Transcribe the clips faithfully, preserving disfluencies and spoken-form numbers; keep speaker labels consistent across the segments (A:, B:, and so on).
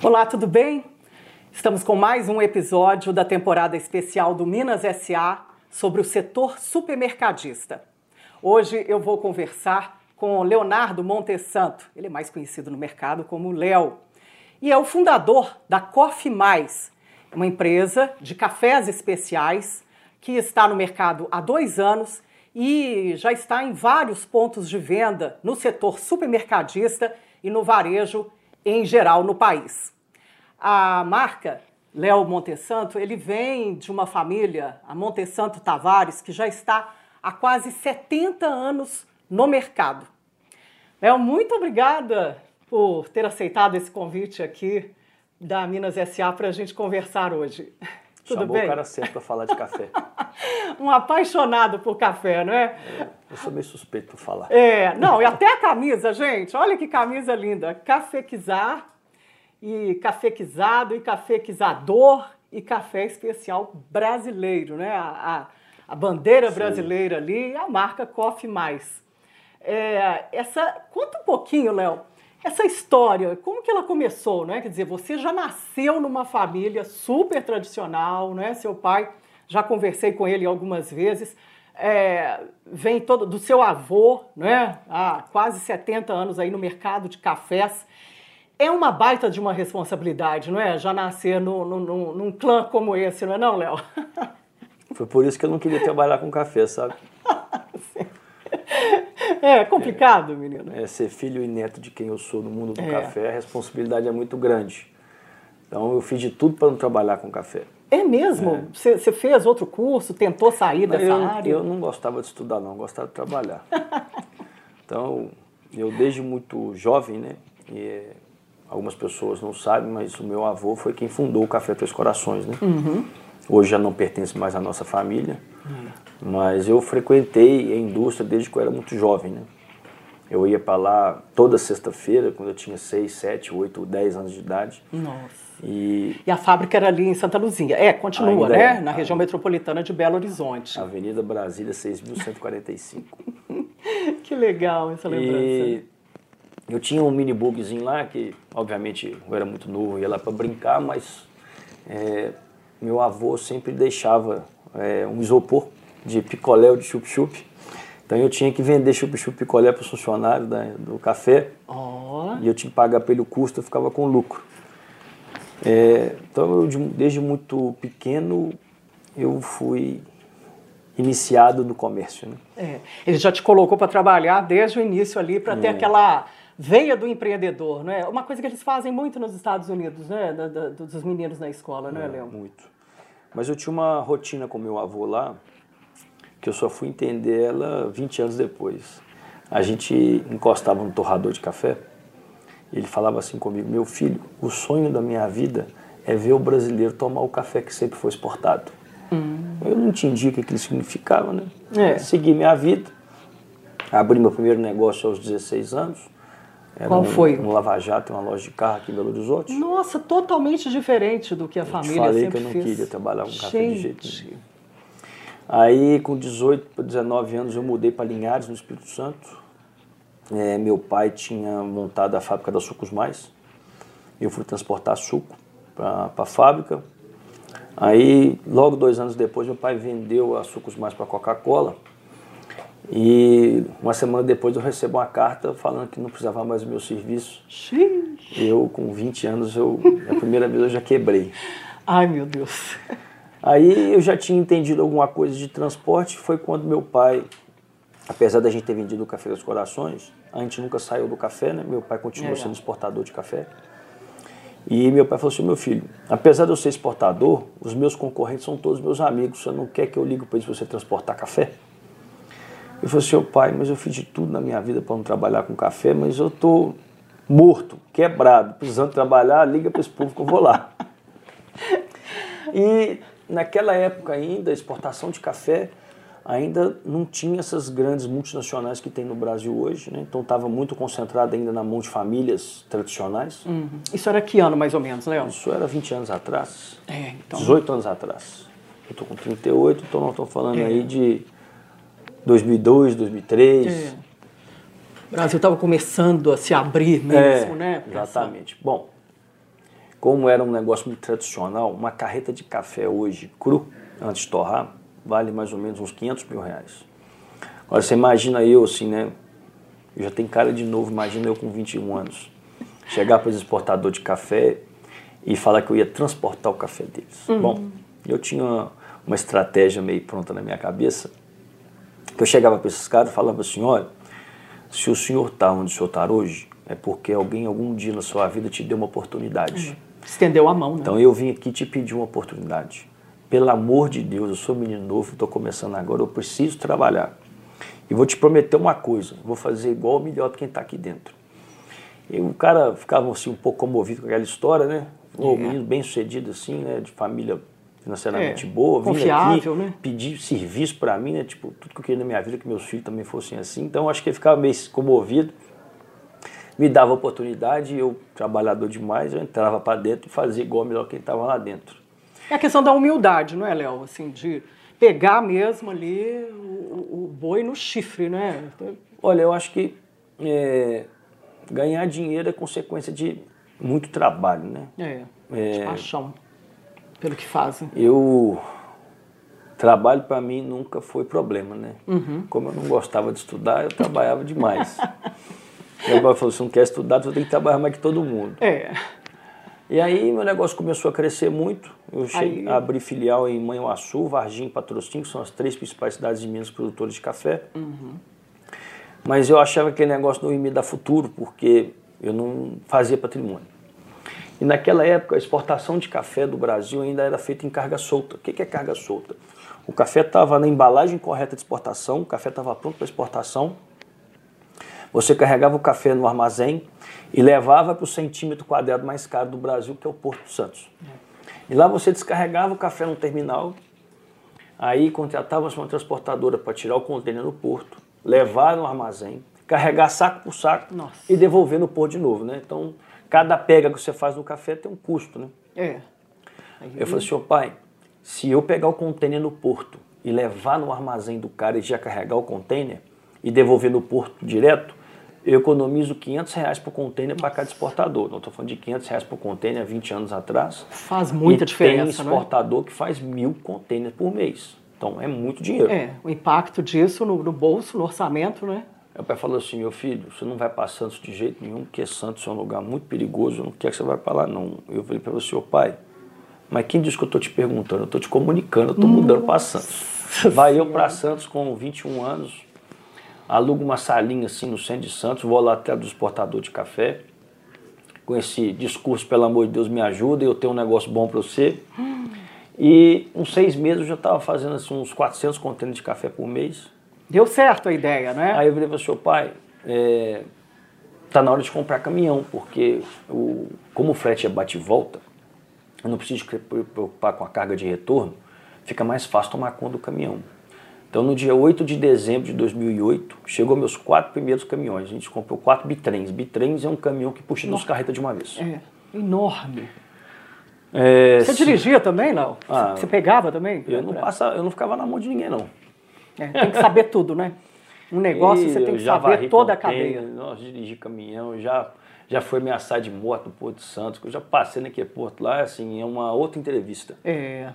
A: Olá, tudo bem? Estamos com mais um episódio da temporada especial do Minas S A sobre o setor supermercadista. Hoje eu vou conversar com o Leonardo Montesanto, ele é mais conhecido no mercado como Léo, e é o fundador da Coffee Mais, uma empresa de cafés especiais que está no mercado há dois anos e já está em vários pontos de venda no setor supermercadista e no varejo em geral no país. A marca Léo Montesanto, ele vem de uma família, a Montesanto Tavares, que já está há quase setenta anos no mercado. Léo, muito obrigada por ter aceitado esse convite aqui da Minas S A para a gente conversar hoje. Tudo
B: Chamou
A: bem?
B: O cara certo para falar de café.
A: Um apaixonado por café, não é?
B: é? Eu sou meio suspeito por falar.
A: É, não, e até a camisa, gente, olha que camisa linda. Cafequizar, e cafequizado, e cafequizador, e café especial brasileiro, né? A, a, a bandeira Sim. brasileira ali, a marca Coffee Mais. É, essa, conta um pouquinho, Léo, essa história, como que ela começou, né? Quer dizer, você já nasceu numa família super tradicional, né? Seu pai, já conversei com ele algumas vezes, é, vem todo do seu avô, né? Há quase setenta anos aí no mercado de cafés. É uma baita de uma responsabilidade, não é? Já nascer no, no, no, num clã como esse, não é não, Léo?
B: Foi por isso que eu não queria trabalhar com café, sabe?
A: É complicado, é, menino.
B: É, ser filho e neto de quem eu sou no mundo do é. café, a responsabilidade é muito grande. Então eu fiz de tudo para não trabalhar com café.
A: É mesmo? Você é. fez outro curso, tentou sair
B: não,
A: dessa
B: eu,
A: área?
B: Eu não gostava de estudar, não, eu gostava de trabalhar. Então, eu desde muito jovem, né? E, algumas pessoas não sabem, mas o meu avô foi quem fundou o Café Três Corações, né?
A: Uhum.
B: Hoje já não pertence mais à nossa família, uhum. mas eu frequentei a indústria desde que eu era muito jovem, né? Eu ia para lá toda sexta-feira, quando eu tinha seis, sete, oito, dez anos de idade.
A: Nossa.
B: E,
A: e a fábrica era ali em Santa Luzia. É, continua,
B: Ainda
A: né?
B: É,
A: Na região metropolitana de Belo Horizonte.
B: Avenida Brasília, seis mil cento e quarenta e cinco.
A: Que legal essa lembrança.
B: E eu tinha um mini bugzinho lá, que obviamente eu era muito novo, ia lá para brincar, mas é, meu avô sempre deixava é, um isopor de picolé ou de chup-chup. Então eu tinha que vender chup-chup picolé para os funcionários da, do café.
A: Oh.
B: E eu tinha que pagar pelo custo, eu ficava com lucro. É, então eu, desde muito pequeno eu fui iniciado no comércio, né?
A: É, ele já te colocou para trabalhar desde o início ali, para ter é. aquela veia do empreendedor, não é? Uma coisa que eles fazem muito nos Estados Unidos, né? Da, da, dos meninos na escola, não é, Léo?
B: Muito. Mas eu tinha uma rotina com meu avô lá, que eu só fui entender ela vinte anos depois. A gente encostava no torrador de café, e ele falava assim comigo: meu filho, o sonho da minha vida é ver o brasileiro tomar o café que sempre foi exportado. Hum. Eu não entendi o que aquilo significava, né? É. Segui minha vida, abri meu primeiro negócio aos dezesseis anos. Era
A: Qual
B: um,
A: foi?
B: Um lava-jato, uma loja de carro aqui em Belo Horizonte.
A: Nossa, totalmente diferente do que a
B: eu
A: família
B: falei
A: sempre
B: que eu não
A: fez.
B: queria trabalhar com
A: Gente.
B: café de jeito nenhum. Aí, com dezoito para dezenove anos, eu mudei para Linhares, no Espírito Santo. É, meu pai tinha montado a fábrica da Sucos Mais. Eu fui transportar suco para a fábrica. Aí, logo dois anos depois, meu pai vendeu a Sucos Mais para a Coca-Cola. E uma semana depois eu recebo uma carta falando que não precisava mais do meu serviço.
A: Xiii.
B: Eu, com vinte anos, eu, a primeira vez eu já quebrei.
A: Ai, meu Deus.
B: Aí eu já tinha entendido alguma coisa de transporte. Foi quando meu pai, apesar da gente ter vendido o Café dos Corações, a gente nunca saiu do café, né? Meu pai continuou Legal. sendo exportador de café. E meu pai falou assim: meu filho, apesar de eu ser exportador, os meus concorrentes são todos meus amigos. Você não quer que eu ligue para eles para você transportar café? Eu falei assim: ô pai, mas eu fiz de tudo na minha vida para não trabalhar com café, mas eu tô morto, quebrado, precisando trabalhar, liga para esse povo que eu vou lá. E naquela época ainda, a exportação de café ainda não tinha essas grandes multinacionais que tem no Brasil hoje, né? Então estava muito concentrado ainda na mão de famílias tradicionais.
A: Uhum. Isso era que ano mais ou menos, Léo?
B: Isso era vinte anos atrás,
A: é, então...
B: dezoito anos atrás. Eu estou com trinta e oito, então nós estamos falando é. aí de dois mil e dois, dois mil e três.
A: É. O Brasil estava começando a se abrir mesmo,
B: é,
A: né?
B: Exatamente. Bom, como era um negócio muito tradicional, uma carreta de café hoje, cru, antes de torrar, vale mais ou menos uns quinhentos mil reais. Agora você imagina eu assim, né? Eu já tenho cara de novo, imagina eu com vinte e um anos. Chegar para os exportadores de café e falar que eu ia transportar o café deles. Uhum. Bom, eu tinha uma estratégia meio pronta na minha cabeça, que eu chegava para esses caras e falava assim, olha, se o senhor está onde o senhor está hoje, é porque alguém algum dia na sua vida te deu uma oportunidade.
A: Uhum. Estendeu a mão, né?
B: Então eu vim aqui te pedir uma oportunidade. Pelo amor de Deus, eu sou menino novo, estou começando agora, eu preciso trabalhar. E vou te prometer uma coisa, vou fazer igual ou melhor do que quem está aqui dentro. E o cara ficava assim, um pouco comovido com aquela história, né? Um é. menino bem sucedido assim, né? De família financeiramente é. boa, vindo aqui, né? Pedir serviço para mim, né? Tipo, tudo que eu queria na minha vida, que meus filhos também fossem assim. Então acho que ele ficava meio comovido, me dava oportunidade, eu, trabalhador demais, eu entrava para dentro e fazia igual ou melhor que quem estava lá dentro.
A: É a questão da humildade, não é, Léo? Assim, de pegar mesmo ali o, o boi no chifre, né?
B: Olha, eu acho que é, ganhar dinheiro é consequência de muito trabalho, né?
A: É, é de paixão pelo que fazem.
B: Eu... Trabalho para mim nunca foi problema, né?
A: Uhum.
B: Como eu não gostava de estudar, eu trabalhava demais. Meu pai falou, se não quer estudar, você tem que trabalhar mais que todo mundo.
A: É.
B: E aí meu negócio começou a crescer muito. Eu cheguei,
A: aí...
B: abri filial em Manhuaçu, Varginha e Patrocínio, que são as três principais cidades de Minas produtoras de café.
A: Uhum.
B: Mas eu achava que aquele negócio não ia me dar futuro, porque eu não fazia patrimônio. E naquela época a exportação de café do Brasil ainda era feita em carga solta. O que é carga solta? O café estava na embalagem correta de exportação, o café estava pronto para exportação. Você carregava o café no armazém e levava para o centímetro quadrado mais caro do Brasil, que é o Porto de Santos. E lá você descarregava o café no terminal, aí contratava-se uma transportadora para tirar o contêiner no porto, levar no armazém, carregar saco por saco
A: Nossa.
B: e devolver no porto de novo, né? Então, cada pega que você faz no café tem um custo, né?
A: É.
B: Aí... Eu falei, senhor pai, se eu pegar o contêiner no porto e levar no armazém do cara e já carregar o contêiner e devolver no porto direto, eu economizo quinhentos reais por contêiner para cada exportador. Não estou falando de quinhentos reais por contêiner há vinte anos atrás.
A: Faz muita
B: e
A: diferença,
B: tem exportador, né, que faz mil contêineres por mês. Então é muito dinheiro.
A: É, o impacto disso no, no bolso, no orçamento, né?
B: Meu pai falou assim, meu filho, você não vai para Santos de jeito nenhum, porque Santos é um lugar muito perigoso, eu não quero que você vá para lá não. Eu falei para você, ô pai, mas quem disse que eu estou te perguntando? Eu estou te comunicando, eu estou mudando para Santos. Vai eu para Santos com vinte e um anos, alugo uma salinha assim no centro de Santos, vou lá atrás do exportador de café, com esse discurso, pelo amor de Deus, me ajuda, eu tenho um negócio bom para você. Hum. E uns seis meses eu já estava fazendo assim, uns quatrocentos contêineres de café por mês.
A: Deu certo a ideia, né?
B: Aí eu falei para o seu pai, é, tá na hora de comprar caminhão, porque o, como o frete é bate e volta, eu não preciso me preocupar com a carga de retorno, fica mais fácil tomar conta do caminhão. Então, no dia oito de dezembro de dois mil e oito, chegou meus quatro primeiros caminhões. A gente comprou quatro bitrens. Bitrens é um caminhão que puxa duas carretas de uma vez.
A: É, enorme.
B: É,
A: você se... dirigia também, não? Ah, você pegava também?
B: Eu não, passa, eu não ficava na mão de ninguém, não.
A: É, tem que saber tudo, né? Um negócio, e você tem que saber toda a cadeia.
B: Nós dirigi caminhão, já, já fui ameaçado de morte no Porto de Santos, que eu já passei naquele porto lá, assim, é uma outra entrevista.
A: É.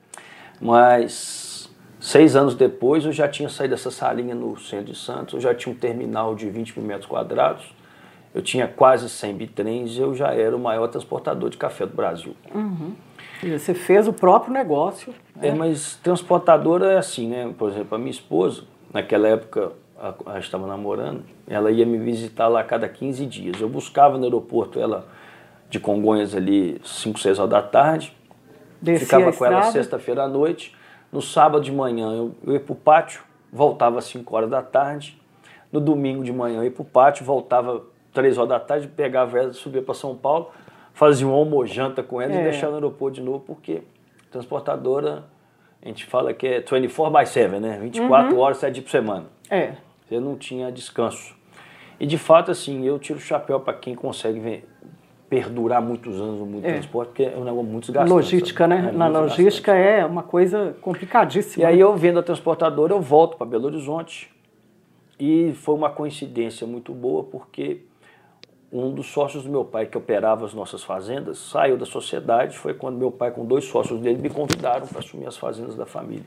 B: Mas... Seis anos depois, eu já tinha saído dessa salinha no centro de Santos, eu já tinha um terminal de vinte mil metros quadrados, eu tinha quase cem bitrens, eu já era o maior transportador de café do Brasil.
A: Uhum. E você fez o próprio negócio.
B: É, né? Mas transportadora é assim, né? Por exemplo, a minha esposa, naquela época, a gente estava namorando, ela ia me visitar lá a cada quinze dias. Eu buscava no aeroporto ela de Congonhas ali, cinco, seis horas da tarde,
A: descia
B: ficava com ela sexta-feira à noite. No sábado de manhã eu, eu ia para o pátio, voltava às cinco horas da tarde. No domingo de manhã eu ia para o pátio, voltava três horas da tarde, pegava ela, subia para São Paulo, fazia uma almojanta com ela é. e deixava no aeroporto de novo, porque transportadora, a gente fala que é vinte e quatro by sete, né? vinte e quatro uhum. horas, sete dias por semana.
A: É.
B: Você não tinha descanso. E de fato, assim, eu tiro o chapéu para quem consegue ver, perdurar muitos anos no mundo é. transporte, porque é um negócio muito desgastante.
A: Logística, sabe? né? É Na logística gastante. É uma coisa complicadíssima.
B: E aí eu vendo a transportadora, eu volto para Belo Horizonte. E foi uma coincidência muito boa, porque um dos sócios do meu pai que operava as nossas fazendas saiu da sociedade. Foi quando meu pai, com dois sócios dele, me convidaram para assumir as fazendas da família.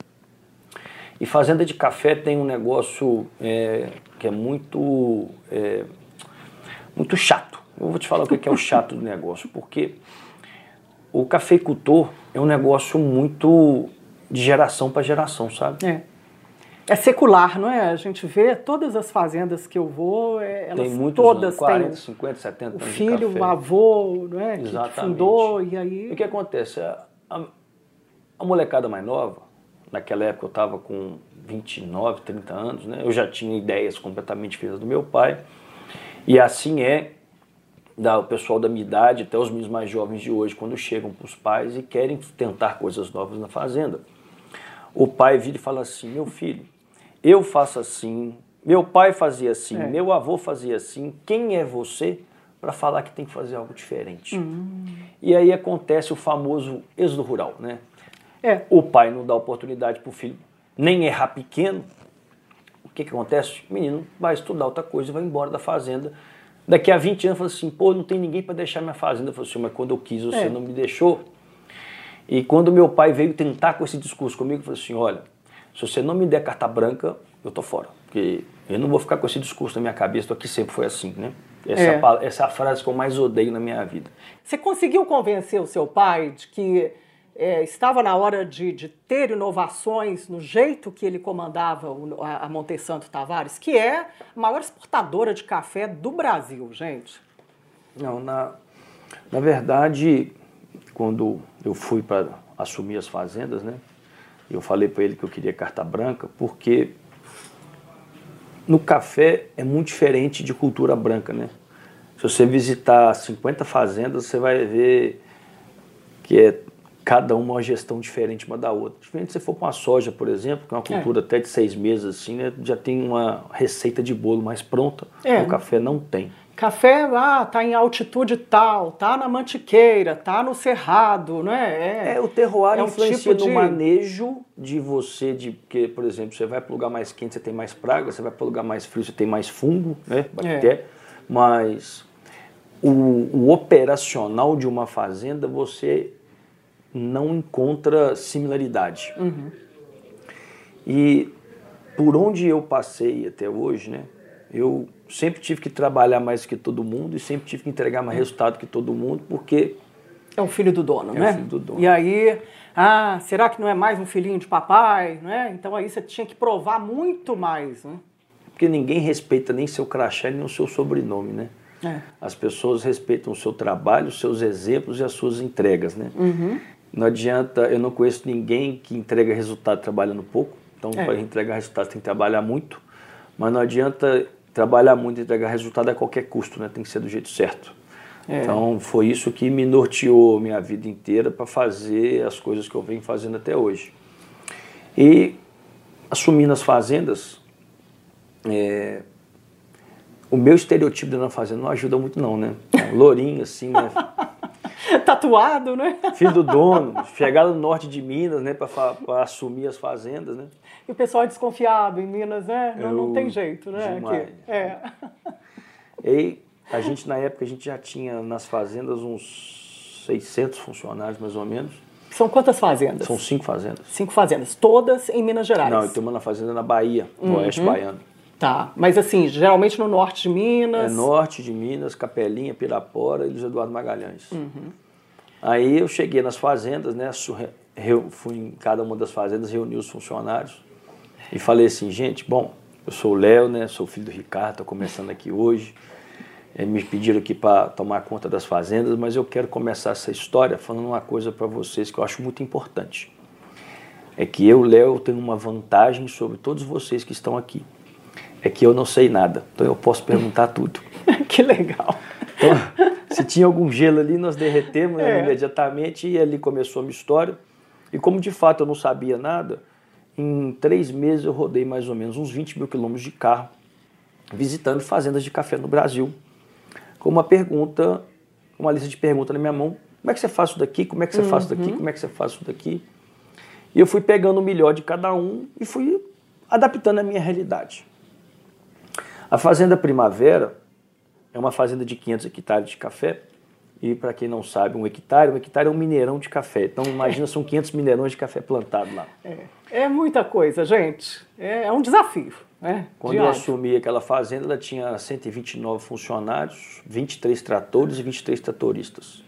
B: E fazenda de café tem um negócio é, que é muito, é, muito chato. Eu vou te falar o que é o chato do negócio, porque o cafeicultor é um negócio muito de geração para geração, sabe?
A: É. É secular, não é? A gente vê todas as fazendas que eu vou, elas
B: tem muitos
A: todas
B: anos, quarenta,
A: têm
B: cinquenta, setenta anos
A: o filho,
B: de café.
A: o avô, não é?
B: Exatamente.
A: Que fundou e aí...
B: O que acontece? A, a, a molecada mais nova, naquela época eu estava com vinte e nove, trinta anos, né? Eu já tinha ideias completamente diferentes do meu pai. E assim é da, o pessoal da minha idade, até os meus mais jovens de hoje, quando chegam para os pais e querem tentar coisas novas na fazenda. O pai vira e fala assim, meu filho, eu faço assim, meu pai fazia assim, é. meu avô fazia assim, quem é você para falar que tem que fazer algo diferente? Hum. E aí acontece o famoso êxodo rural, né? É. O pai não dá oportunidade para o filho nem errar pequeno. O que, que acontece? O menino vai estudar outra coisa e vai embora da fazenda. Daqui a vinte anos fala assim, pô, não tem ninguém para deixar minha fazenda. Eu falo assim, mas quando eu quis você é. não me deixou. E quando meu pai veio tentar com esse discurso comigo, eu falei assim, olha, se você não me der carta branca, eu tô fora. Porque eu não vou ficar com esse discurso na minha cabeça, aqui sempre foi assim, né? Essa, é. a, essa é a frase que eu mais odeio na minha vida.
A: Você conseguiu convencer o seu pai de que é, estava na hora de, de ter inovações no jeito que ele comandava o, a, a Monte Santo Tavares, que é a maior exportadora de café do Brasil, gente?
B: Não, na, na verdade, quando eu fui para assumir as fazendas, né? Eu falei para ele que eu queria carta branca, porque no café é muito diferente de cultura branca, né? Se você visitar cinquenta fazendas, você vai ver que é cada uma uma gestão diferente uma da outra. Diferente se você for para uma soja, por exemplo, que é uma cultura é. até de seis meses, assim, né? Já tem uma receita de bolo mais pronta. É. O café não tem.
A: Café, ah, tá em altitude tal, tá na mantiqueira, tá no cerrado, não é?
B: É, é o terroir é influencia um tipo no de... manejo de você, de porque, por exemplo, você vai para o lugar mais quente, você tem mais praga, você vai para o lugar mais frio, você tem mais fungo, né, bactéria, é. mas o, o operacional de uma fazenda, você não encontra similaridade. Uhum. E por onde eu passei até hoje, né, eu sempre tive que trabalhar mais que todo mundo e sempre tive que entregar mais resultado que todo mundo, porque...
A: É o filho do dono,
B: é
A: né?
B: É o filho do dono.
A: E aí, ah, será que não é mais um filhinho de papai, né? Então aí você tinha que provar muito mais, né?
B: Porque ninguém respeita nem seu crachá nem o seu sobrenome, né? É. As pessoas respeitam o seu trabalho, os seus exemplos e as suas entregas, né? Uhum. Não adianta, eu não conheço ninguém que entrega resultado trabalhando pouco, então é. para entregar resultado tem que trabalhar muito, mas não adianta trabalhar muito e entregar resultado a qualquer custo, né? Tem que ser do jeito certo. É. Então foi isso que me norteou minha vida inteira para fazer as coisas que eu venho fazendo até hoje. E assumindo as fazendas, é, o meu estereotipo dentro da fazenda não ajuda muito não, né? Um lourinho assim, né?
A: Tatuado, né?
B: Filho do dono, chegar no norte de Minas, né, para assumir as fazendas, né?
A: E o pessoal é desconfiado em Minas, né? Não, Eu, não tem jeito, né?
B: Demais.
A: Aqui. É.
B: E a gente, na época, a gente já tinha nas fazendas uns seiscentos funcionários, mais ou menos.
A: São quantas fazendas?
B: São cinco fazendas.
A: Cinco fazendas, todas em Minas Gerais?
B: Não, eu tenho uma na fazenda na Bahia, no uhum. Oeste Baiano.
A: Tá, mas assim, geralmente no norte de Minas...
B: É norte de Minas, Capelinha, Pirapora e Luiz Eduardo Magalhães. Uhum. Aí eu cheguei nas fazendas, né, fui em cada uma das fazendas, reuni os funcionários e falei assim, gente, bom, eu sou o Léo, né, sou filho do Ricardo, estou começando aqui hoje, é, me pediram aqui para tomar conta das fazendas, mas eu quero começar essa história falando uma coisa para vocês que eu acho muito importante. É que eu, Léo, tenho uma vantagem sobre todos vocês que estão aqui. É que eu não sei nada, então eu posso perguntar tudo.
A: Que legal.
B: Então, se tinha algum gelo ali, nós derretemos é. imediatamente e ali começou a minha história. E como de fato eu não sabia nada, em três meses eu rodei mais ou menos uns vinte mil quilômetros de carro, visitando fazendas de café no Brasil, com uma pergunta, uma lista de perguntas na minha mão. Como é que você faz isso daqui? Como é que você uhum. faz isso daqui? Como é que você faz isso daqui? E eu fui pegando o melhor de cada um e fui adaptando a minha realidade. A Fazenda Primavera, é uma fazenda de quinhentos hectares de café. E para quem não sabe, um hectare, um hectare é um mineirão de café. Então imagina, são quinhentos mineirões de café plantado lá.
A: É, é muita coisa, gente. É, é um desafio, né?
B: Quando
A: Diário.
B: eu assumi aquela fazenda, ela tinha cento e vinte e nove funcionários, vinte e três tratores e vinte e três tratoristas.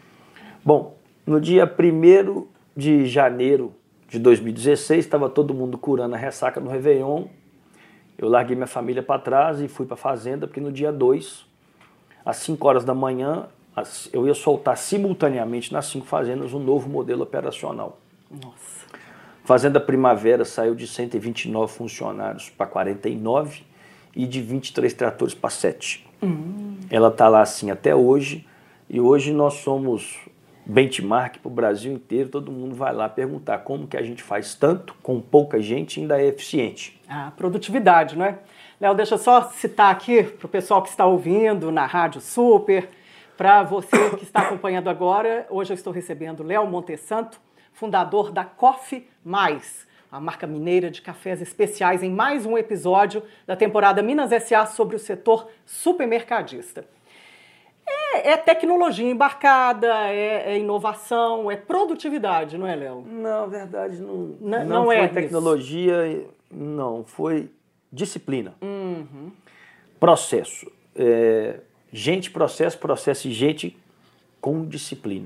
B: Bom, no dia primeiro de janeiro de dois mil e dezesseis, estava todo mundo curando a ressaca no Réveillon. Eu larguei minha família para trás e fui para a fazenda, porque no dia dois, às cinco horas da manhã, eu ia soltar simultaneamente nas cinco fazendas um novo modelo operacional.
A: Nossa.
B: Fazenda Primavera saiu de cento e vinte e nove funcionários para quarenta e nove e de vinte e três tratores para sete. Uhum. Ela está lá assim até hoje, e hoje nós somos benchmark para o Brasil inteiro. Todo mundo vai lá perguntar como que a gente faz tanto com pouca gente e ainda é eficiente.
A: Ah, produtividade, não é? Léo, deixa eu só citar aqui para o pessoal que está ouvindo na Rádio Super. Para você que está acompanhando agora, hoje eu estou recebendo Léo Montesanto, fundador da Coffee Mais, a marca mineira de cafés especiais, em mais um episódio da temporada Minas S A sobre o setor supermercadista. É, é tecnologia embarcada, é, é inovação, é produtividade, não é, Léo?
B: Não, verdade, não,
A: não,
B: não,
A: não
B: foi
A: é
B: tecnologia, isso. Não, foi disciplina,
A: uhum.
B: processo. É... Gente, processo, processo e gente com disciplina.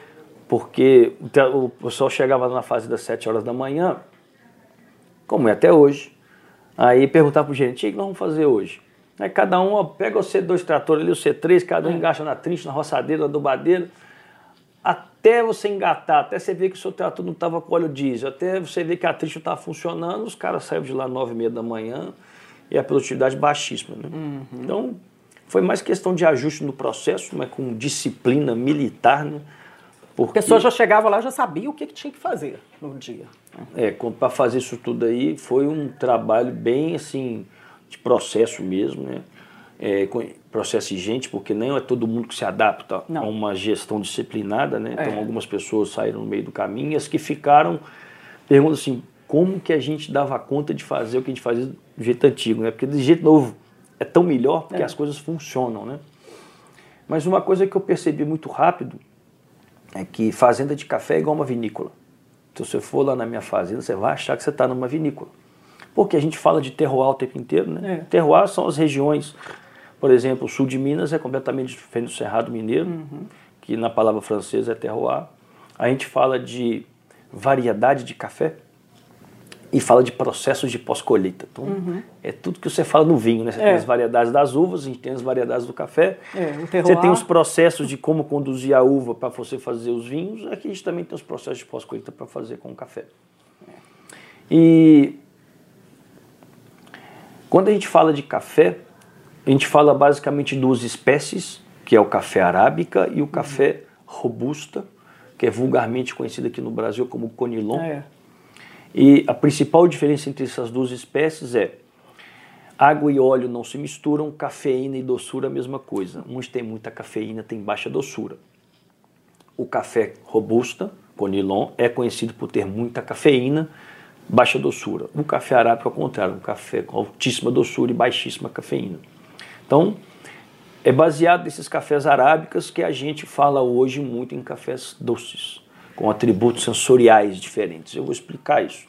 B: Porque o pessoal chegava na fase das sete horas da manhã, como é até hoje, aí perguntava para o gerente, o que nós vamos fazer hoje? Aí cada um, ó, pega o C dois trator ali, o C três, cada um engacha na trincha, na roçadeira, na adubadeira, até você engatar, até você ver que o seu trator não estava com óleo diesel, até você ver que a trincha não estava funcionando, os caras saíram de lá nove e meia da manhã e a produtividade baixíssima. Né?
A: Uhum.
B: Então, foi mais questão de ajuste no processo, mas com disciplina militar, né? Porque...
A: A pessoa já chegava lá, já sabia o que, que tinha que fazer no dia.
B: É, para fazer isso tudo aí, foi um trabalho bem, assim, de processo mesmo, né? É, processo exigente, porque não é todo mundo que se adapta
A: não.
B: a uma gestão disciplinada, né? Então,
A: é.
B: algumas pessoas saíram no meio do caminho, e as que ficaram, perguntam assim, como que a gente dava conta de fazer o que a gente fazia do jeito antigo, né? Porque do jeito novo é tão melhor porque é. as coisas funcionam, né? Mas uma coisa que eu percebi muito rápido é que fazenda de café é igual uma vinícola. Então, se você for lá na minha fazenda, você vai achar que você está numa vinícola. Porque a gente fala de terroir o tempo inteiro, né? É. Terroir são as regiões, por exemplo, o sul de Minas é completamente diferente do Cerrado Mineiro, uhum. que na palavra francesa é terroir. A gente fala de variedade de café, e fala de processos de pós-colheita. Então, uhum. é tudo que você fala no vinho, né? Você é. tem as variedades das uvas, a gente tem as variedades do café.
A: É,
B: você tem os processos de como conduzir a uva para você fazer os vinhos. Aqui a gente também tem os processos de pós-colheita para fazer com o café. É. E quando a gente fala de café, a gente fala basicamente de duas espécies, que é o café arábica e o café robusta, que é vulgarmente conhecido aqui no Brasil como conilon.
A: É.
B: E a principal diferença entre essas duas espécies é água e óleo não se misturam, cafeína e doçura a mesma coisa. Uns tem muita cafeína, tem baixa doçura. O café robusta, conilon, é conhecido por ter muita cafeína, baixa doçura. O café arábico, ao contrário, um café com altíssima doçura e baixíssima cafeína. Então, é baseado nesses cafés arábicas que a gente fala hoje muito em cafés doces, com atributos sensoriais diferentes. Eu vou explicar isso.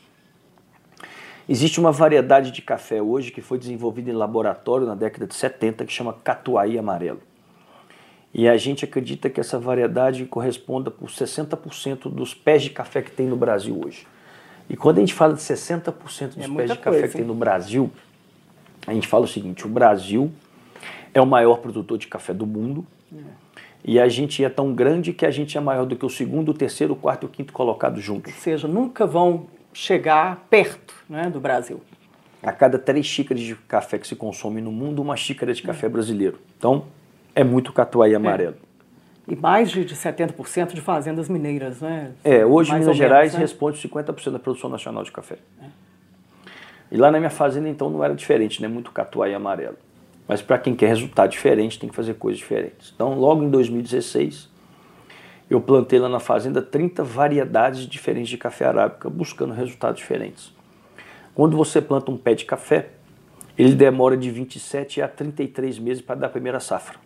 B: Existe uma variedade de café hoje que foi desenvolvida em laboratório na década de setenta, que chama Catuai Amarelo. E a gente acredita que essa variedade corresponda por sessenta por cento dos pés de café que tem no Brasil hoje. E quando a gente fala de sessenta por cento dos é pés de café coisa, que tem no Brasil, a gente fala o seguinte, o Brasil é o maior produtor de café do mundo, é. E a gente é tão grande que a gente é maior do que o segundo, o terceiro, o quarto e o quinto colocado juntos.
A: Ou seja, nunca vão chegar perto, né, do Brasil.
B: A cada três xícaras de café que se consome no mundo, uma xícara de café é. brasileiro. Então, é muito Catuai Amarelo.
A: É. E mais de, de setenta por cento de fazendas mineiras, né?
B: É, hoje
A: mais
B: Minas Gerais
A: menos, né?
B: responde cinquenta por cento da produção nacional de café. É. E lá na minha fazenda, então, não era diferente, né? Muito Catuai Amarelo. Mas para quem quer resultado diferente, tem que fazer coisas diferentes. Então, logo em dois mil e dezesseis, eu plantei lá na fazenda trinta variedades diferentes de café arábica, buscando resultados diferentes. Quando você planta um pé de café, ele demora de vinte e sete a trinta e três meses para dar a primeira safra.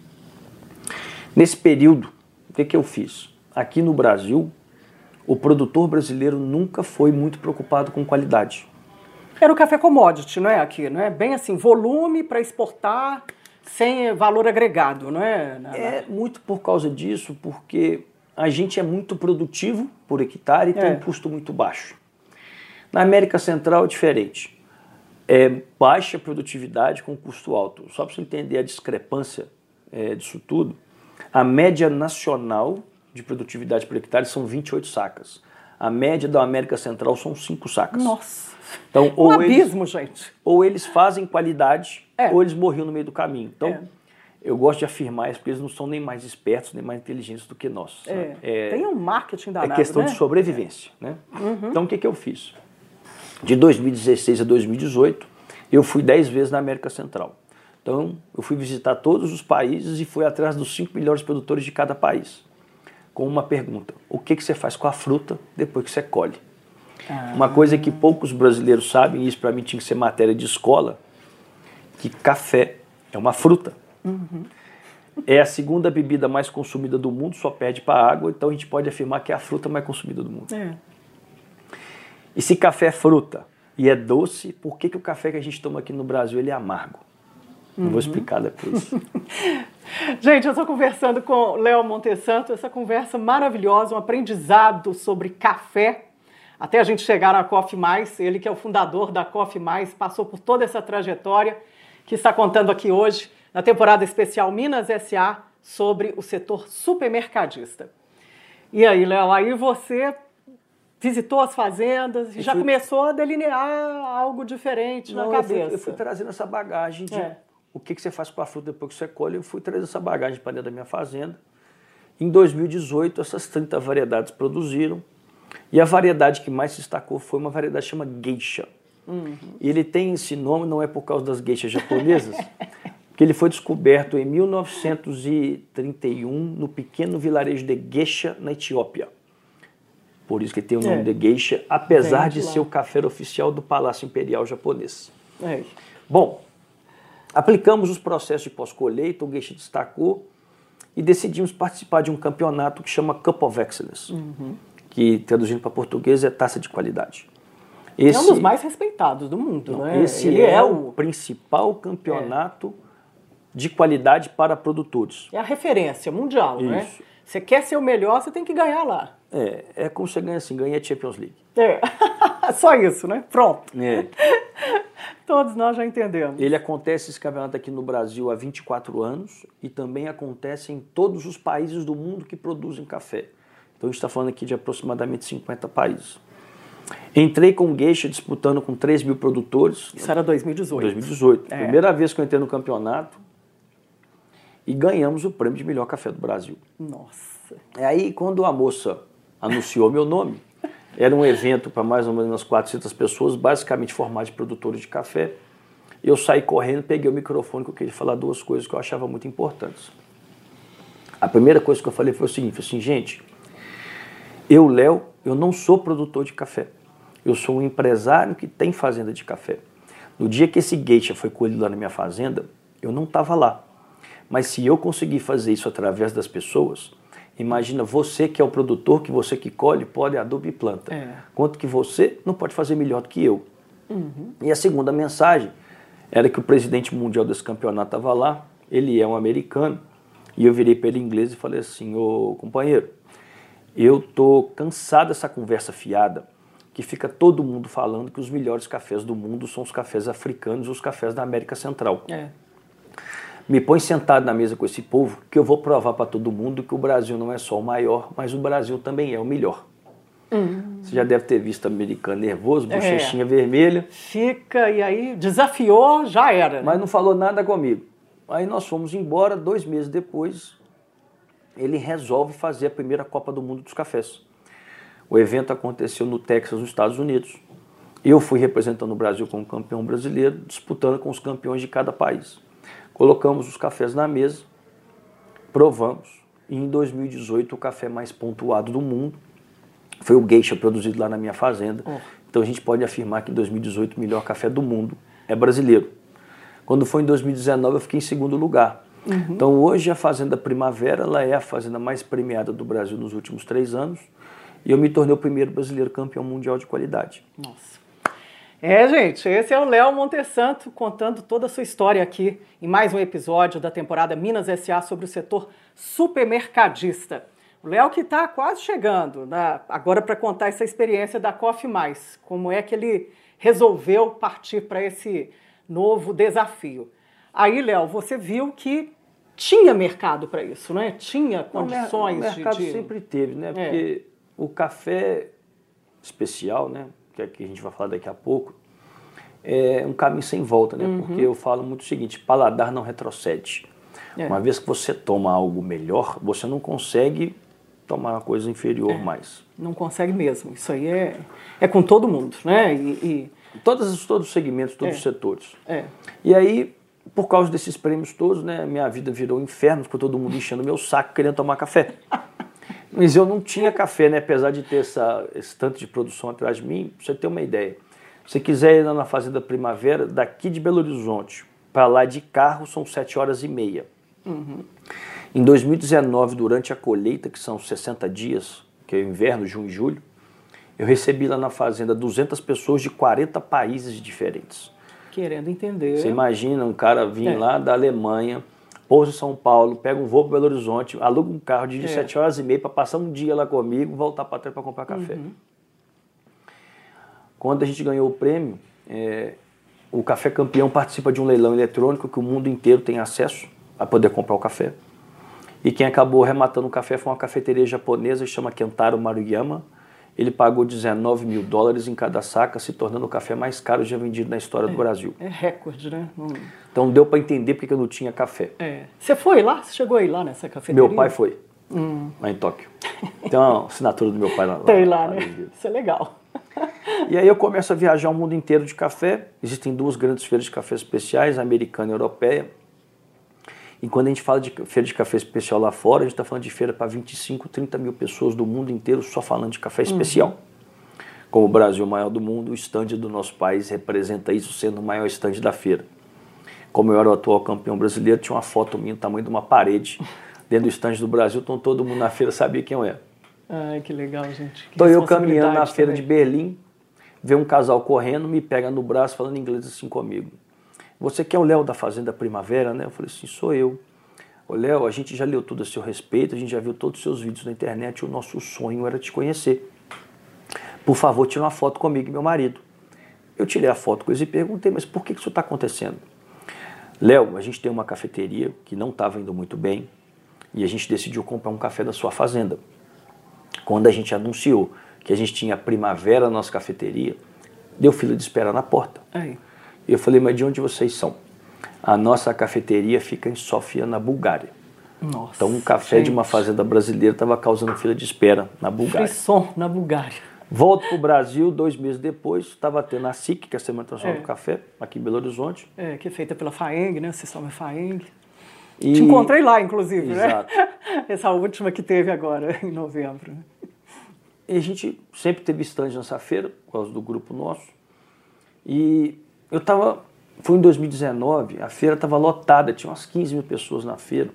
B: Nesse período, o que, que eu fiz? Aqui no Brasil, o produtor brasileiro nunca foi muito preocupado com qualidade.
A: Era o café commodity, não é aqui? Não é bem assim, volume para exportar sem valor agregado, não é?
B: É muito por causa disso, porque a gente é muito produtivo por hectare e tem
A: É.
B: um custo muito baixo. Na América Central é diferente. É baixa produtividade com custo alto. Só para você entender a discrepância é, disso tudo, a média nacional de produtividade por hectare são vinte e oito sacas. A média da América Central são cinco sacas.
A: Nossa,
B: então,
A: um
B: ou
A: abismo,
B: eles,
A: gente.
B: Ou eles fazem qualidade,
A: É.
B: ou eles morriam no meio do caminho. Então,
A: É.
B: eu gosto de afirmar isso, porque eles não são nem mais espertos, nem mais inteligentes do que nós.
A: É.
B: Né? É,
A: Tem um marketing danado,
B: é questão
A: né?
B: de sobrevivência. Né?
A: Uhum.
B: Então, o que, que eu fiz? De dois mil e dezesseis a dois mil e dezoito, eu fui dez vezes na América Central. Então, eu fui visitar todos os países e fui atrás dos cinco melhores produtores de cada país. Com uma pergunta: o que, que você faz com a fruta depois que você colhe? Ah. Uma coisa que poucos brasileiros sabem, e isso para mim tinha que ser matéria de escola, que café é uma fruta.
A: Uhum.
B: É a segunda bebida mais consumida do mundo, só perde para a água, então a gente pode afirmar que é a fruta mais consumida do mundo.
A: É.
B: E se café é fruta e é doce, por que, que o café que a gente toma aqui no Brasil ele é amargo? Uhum. Eu vou explicar depois.
A: Gente, eu estou conversando com Léo Montesanto, essa conversa maravilhosa, um aprendizado sobre café, até a gente chegar na Coffee Mais, ele que é o fundador da Coffee Mais, passou por toda essa trajetória, que está contando aqui hoje, na temporada especial Minas S A, sobre o setor supermercadista. E aí, Léo, aí você visitou as fazendas e já fui... começou a delinear algo diferente
B: Não,
A: na cabeça.
B: Eu fui, eu fui trazendo essa bagagem de é. o que, que você faz com a fruta depois que você colhe. Eu fui trazendo essa bagagem para dentro da minha fazenda. Em dois mil e dezoito, essas trinta variedades produziram. E a variedade que mais se destacou foi uma variedade que chama Geisha. Uhum. E ele tem esse nome, não é por causa das geishas japonesas, porque ele foi descoberto em mil novecentos e trinta e um no pequeno vilarejo de Geisha, na Etiópia. Por isso que ele tem o nome é. de Geisha, apesar de, de ser o café oficial do Palácio Imperial japonês.
A: É.
B: Bom, aplicamos os processos de pós-colheita, o Geisha destacou e decidimos participar de um campeonato que chama Cup of Excellence, uhum. que traduzindo para português é taça de qualidade.
A: Esse, é um dos mais respeitados do mundo,
B: não,
A: né?
B: Esse Ele é, é o principal campeonato é. de qualidade para produtores.
A: É a referência mundial, Isso. né? Você quer ser o melhor, você tem que ganhar lá.
B: É, é como você ganha assim, ganha a Champions League.
A: É, só isso, né? Pronto.
B: É.
A: Todos nós já entendemos.
B: Ele acontece, esse campeonato aqui no Brasil, há vinte e quatro anos e também acontece em todos os países do mundo que produzem café. Então a gente está falando aqui de aproximadamente cinquenta países. Entrei com o Geisha disputando com três mil produtores.
A: Isso era dois mil e dezoito.
B: dois mil e dezoito.
A: É.
B: Primeira vez que eu entrei no campeonato e ganhamos o prêmio de melhor café do Brasil.
A: Nossa.
B: Aí quando a moça anunciou meu nome, era um evento para mais ou menos quatrocentas pessoas, basicamente formado de produtores de café. Eu saí correndo, peguei o microfone, que eu queria falar duas coisas que eu achava muito importantes. A primeira coisa que eu falei foi o seguinte, foi assim, gente, eu, Léo, eu não sou produtor de café. Eu sou um empresário que tem fazenda de café. No dia que esse geisha foi colhido lá na minha fazenda, eu não estava lá. Mas se eu conseguir fazer isso através das pessoas, imagina você que é o produtor, que você que colhe, pode adubo e planta.
A: É.
B: Quanto que você não pode fazer melhor do que eu.
A: Uhum.
B: E a segunda mensagem era que o presidente mundial desse campeonato estava lá, ele é um americano, e eu virei para ele em inglês e falei assim, ô companheiro, eu tô cansado dessa conversa fiada, que fica todo mundo falando que os melhores cafés do mundo são os cafés africanos e os cafés da América Central.
A: É.
B: Me põe sentado na mesa com esse povo, que eu vou provar para todo mundo que o Brasil não é só o maior, mas o Brasil também é o melhor. Hum. Você já deve ter visto americano nervoso, bochechinha é. vermelha.
A: Fica, e aí desafiou, já era. Né?
B: Mas não falou nada comigo. Aí nós fomos embora, dois meses depois, ele resolve fazer a primeira Copa do Mundo dos Cafés. O evento aconteceu no Texas, nos Estados Unidos. Eu fui representando o Brasil como campeão brasileiro, disputando com os campeões de cada país. Colocamos os cafés na mesa, provamos, e em dois mil e dezoito o café mais pontuado do mundo foi o Geisha, produzido lá na minha fazenda. Oh. Então a gente pode afirmar que em dois mil e dezoito o melhor café do mundo é brasileiro. Quando foi em dois mil e dezenove, eu fiquei em segundo lugar. Uhum. Então, hoje, a Fazenda Primavera ela é a fazenda mais premiada do Brasil nos últimos três anos. E eu me tornei o primeiro brasileiro campeão mundial de qualidade.
A: Nossa. É, gente, esse é o Léo Montesanto contando toda a sua história aqui em mais um episódio da temporada Minas S A sobre o setor supermercadista. O Léo que está quase chegando, né, agora para contar essa experiência da Coffee Mais, como é que ele resolveu partir para esse novo desafio. Aí, Léo, você viu que tinha mercado para isso, né? Tinha condições de...
B: O mercado
A: de...
B: sempre teve, né? Porque é. o café especial, né? Que é que a gente vai falar daqui a pouco, é um caminho sem volta, né? Uhum. Porque eu falo muito o seguinte, paladar não retrocede. É. Uma vez que você toma algo melhor, você não consegue tomar uma coisa inferior é. mais.
A: Não consegue mesmo. Isso aí é, é com todo mundo, né? E, e...
B: Todos, todos os segmentos, todos é. os setores.
A: É.
B: E aí, por causa desses prêmios todos, né? Minha vida virou um inferno, ficou todo mundo enchendo meu saco querendo tomar café. Mas eu não tinha café, né? Apesar de ter essa, esse tanto de produção atrás de mim, pra você ter uma ideia. Se você quiser ir lá na Fazenda Primavera, daqui de Belo Horizonte para lá de carro são sete horas e meia. Uhum. Em dois mil e dezenove, durante a colheita, que são sessenta dias, que é o inverno, junho e julho, eu recebi lá na fazenda duzentas pessoas de quarenta países diferentes.
A: Querendo entender.
B: Você imagina um cara vir é. lá da Alemanha, pousa em São Paulo, pega um voo para Belo Horizonte, aluga um carro de é. sete horas e meia para passar um dia lá comigo, voltar para trás para comprar café. Uhum. Quando a gente ganhou o prêmio, é, o Café Campeão participa de um leilão eletrônico que o mundo inteiro tem acesso a poder comprar o café. E quem acabou rematando o café foi uma cafeteria japonesa que chama Kentaro Maruyama. Ele pagou dezenove mil dólares em cada saca, se tornando o café mais caro já vendido na história
A: é,
B: do Brasil.
A: É recorde, né? Hum.
B: Então deu para entender porque eu não tinha café.
A: É. Você foi lá? Você chegou aí lá nessa cafeteria?
B: Meu pai foi, hum. lá em Tóquio. Tem uma assinatura do meu pai lá.
A: Tem lá, lá né? Isso é legal.
B: E aí eu começo a viajar o mundo inteiro de café. Existem duas grandes feiras de café especiais, a americana e a europeia. E quando a gente fala de feira de café especial lá fora, a gente está falando de feira para vinte e cinco, trinta mil pessoas do mundo inteiro só falando de café especial. Uhum. Como o Brasil é o maior do mundo, o estande do nosso país representa isso, sendo o maior estande da feira. Como eu era o atual campeão brasileiro, tinha uma foto minha, tamanho de uma parede, dentro do estande do Brasil, então todo mundo na feira sabia quem eu era.
A: Ai, que legal, gente.
B: Então eu caminhando na feira também. de Berlim, vê um casal correndo, me pega no braço falando inglês assim comigo. Você que é o Léo da Fazenda Primavera, né? Eu falei assim, sou eu. Ô Léo, a gente já leu tudo a seu respeito, a gente já viu todos os seus vídeos na internet, e o nosso sonho era te conhecer. Por favor, tira uma foto comigo e meu marido. Eu tirei a foto com eles e perguntei, mas por que, que isso está acontecendo? Léo, a gente tem uma cafeteria que não estava indo muito bem e a gente decidiu comprar um café da sua fazenda. Quando a gente anunciou que a gente tinha a Primavera na nossa cafeteria, deu fila de espera na porta.
A: Aí.
B: E eu falei, mas de onde vocês são? A nossa cafeteria fica em Sofia, na Bulgária.
A: Nossa,
B: então um café gente. de uma fazenda brasileira estava causando fila de espera na Bulgária.
A: Frisson na Bulgária.
B: Volto para o Brasil, dois meses depois, estava tendo a S I C, que é a Semana Internacional é. do Café, aqui em Belo Horizonte.
A: É, que é feita pela FAENG, né? Vocês somam a FAENG.
B: E...
A: Te encontrei lá, inclusive,
B: Exato.
A: né? Essa última que teve agora, em novembro.
B: E a gente sempre teve estande nessa feira, por causa do grupo nosso. E eu estava, foi em dois mil e dezenove, a feira estava lotada, tinha umas quinze mil pessoas na feira.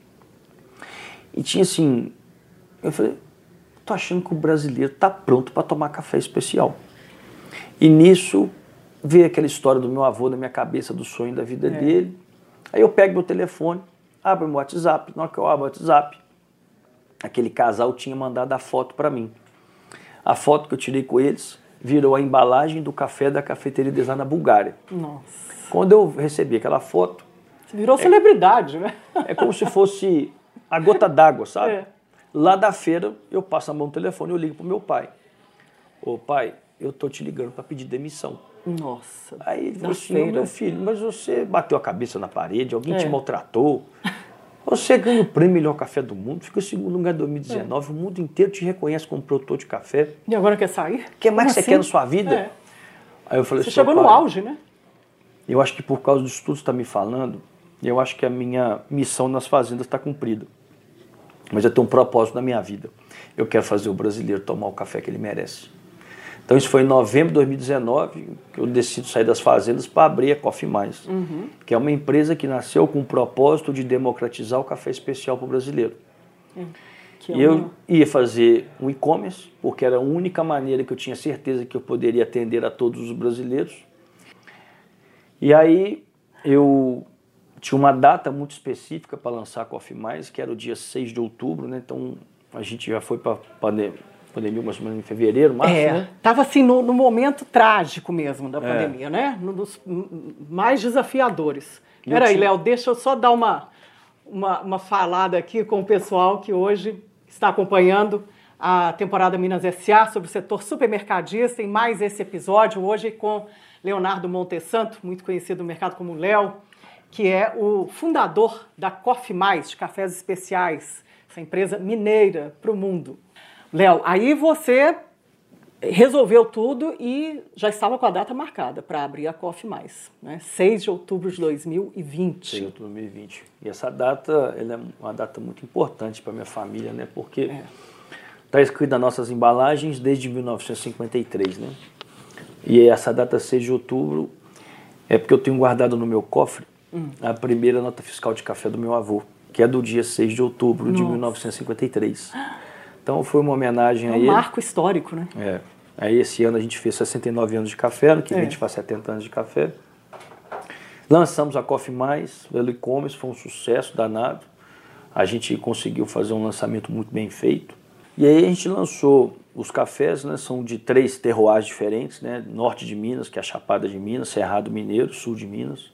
B: E tinha assim, eu falei, tô achando que o brasileiro está pronto para tomar café especial. E nisso veio aquela história do meu avô na minha cabeça, do sonho da vida é. dele. Aí eu pego meu telefone, abro meu WhatsApp, na hora que eu abro o WhatsApp, aquele casal tinha mandado a foto para mim. A foto que eu tirei com eles virou a embalagem do café da cafeteria deles lá na Bulgária.
A: Nossa.
B: Quando eu recebi aquela foto...
A: Você virou
B: é,
A: celebridade, né?
B: É como se fosse a gota d'água, sabe?
A: É.
B: Lá da feira, eu passo a mão no telefone e eu ligo pro meu pai. Ô pai, eu tô te ligando para pedir demissão.
A: Nossa.
B: Aí ele falou assim, meu filho, mas você bateu a cabeça na parede, alguém é. te maltratou... Você ganha o prêmio Melhor Café do Mundo, fica em segundo lugar em dois mil e dezenove, é. o mundo inteiro te reconhece como produtor de café.
A: E agora quer sair?
B: O que mais que você
A: assim?
B: quer na sua vida?
A: É.
B: Aí eu falei,
A: você chegou no auge, né?
B: Eu acho que por causa disso tudo que você está me falando, eu acho que a minha missão nas fazendas está cumprida. Mas eu tenho um propósito na minha vida. Eu quero fazer o brasileiro tomar o café que ele merece. Então isso foi em novembro de dois mil e dezenove que eu decido sair das fazendas para abrir a Coffee Mais, uhum. que é uma empresa que nasceu com o propósito de democratizar o café especial para o brasileiro. Hum. E uma... eu ia fazer um e-commerce, porque era a única maneira que eu tinha certeza que eu poderia atender a todos os brasileiros. E aí eu tinha uma data muito específica para lançar a Coffee Mais, que era o dia seis de outubro, né? Então a gente já foi para a pandemia, pandemia mais ou menos em fevereiro, março,
A: é,
B: né?
A: Estava assim no, no momento trágico mesmo da pandemia, é. né? Um dos mais desafiadores. Peraí, tinha... Léo, deixa eu só dar uma, uma, uma falada aqui com o pessoal que hoje está acompanhando a temporada Minas S A sobre o setor supermercadista. Em mais esse episódio, hoje com Leonardo Montesanto, muito conhecido no mercado como Léo, que é o fundador da Coffee Mais, de cafés especiais, essa empresa mineira para o mundo. Léo, aí você resolveu tudo e já estava com a data marcada para abrir a Coffee Mais, né? seis de outubro de dois mil e vinte.
B: seis de outubro de dois mil e vinte. E essa data, ela é uma data muito importante para minha família, né? Porque está é. escrito nas nossas embalagens desde mil novecentos e cinquenta e três, né? E essa data seis de outubro é porque eu tenho guardado no meu cofre hum. a primeira nota fiscal de café do meu avô, que é do dia seis de outubro Nossa. de mil novecentos e cinquenta e três. Então foi uma homenagem
A: é um
B: a ele.
A: É um marco histórico, né?
B: É. Aí esse ano a gente fez sessenta e nove anos de café, ano que vem é. a gente faz setenta anos de café. Lançamos a Coffee Mais pelo e-commerce, foi um sucesso danado. A gente conseguiu fazer um lançamento muito bem feito. E aí a gente lançou os cafés, né? São de três terroirs diferentes, né? Norte de Minas, que é a Chapada de Minas, Cerrado Mineiro, Sul de Minas.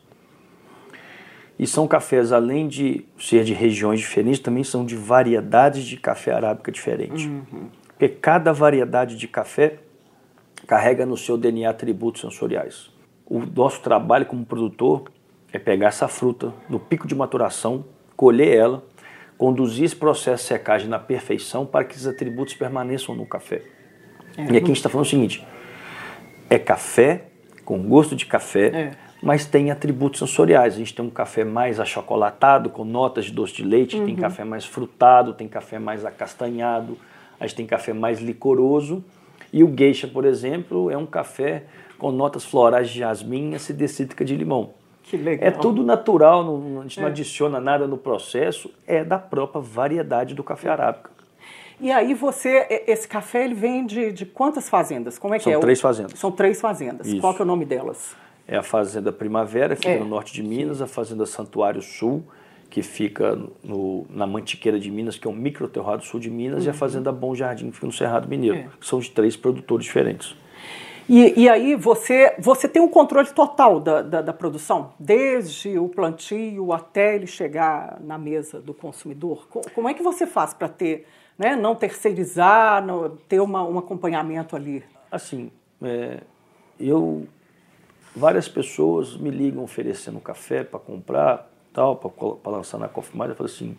B: E são cafés, além de ser de regiões diferentes, também são de variedades de café arábica diferente. Uhum. Porque cada variedade de café carrega no seu D N A atributos sensoriais. O nosso trabalho como produtor é pegar essa fruta no pico de maturação, colher ela, conduzir esse processo de secagem na perfeição para que esses atributos permaneçam no café. É, e aqui a gente está falando o seguinte, é café, com gosto de café, é. mas tem atributos sensoriais. A gente tem um café mais achocolatado, com notas de doce de leite, uhum. tem café mais frutado, tem café mais acastanhado, a gente tem café mais licoroso. E o Geisha, por exemplo, é um café com notas florais de jasmim e acidez cítrica de limão.
A: Que legal.
B: É tudo natural, não, a gente é. não adiciona nada no processo, é da própria variedade do café arábica.
A: E aí você, esse café ele vem de, de quantas fazendas? Como é que
B: São
A: é?
B: São três fazendas.
A: São três fazendas.
B: Isso.
A: Qual que é o nome delas?
B: É a Fazenda Primavera, que fica
A: é.
B: no norte de Minas, a Fazenda Santuário Sul, que fica no, na Mantiqueira de Minas, que é um microterroir do sul de Minas, uhum. e a Fazenda Bom Jardim, que fica no Cerrado Mineiro, é. que são de três produtores diferentes.
A: E, e aí você, você tem um controle total da, da, da produção, desde o plantio até ele chegar na mesa do consumidor? Como é que você faz para ter, né, não terceirizar, não, ter uma, um acompanhamento ali?
B: Assim, é, eu, várias pessoas me ligam oferecendo café para comprar, tal, para lançar na Coffee Mais. Eu falo assim,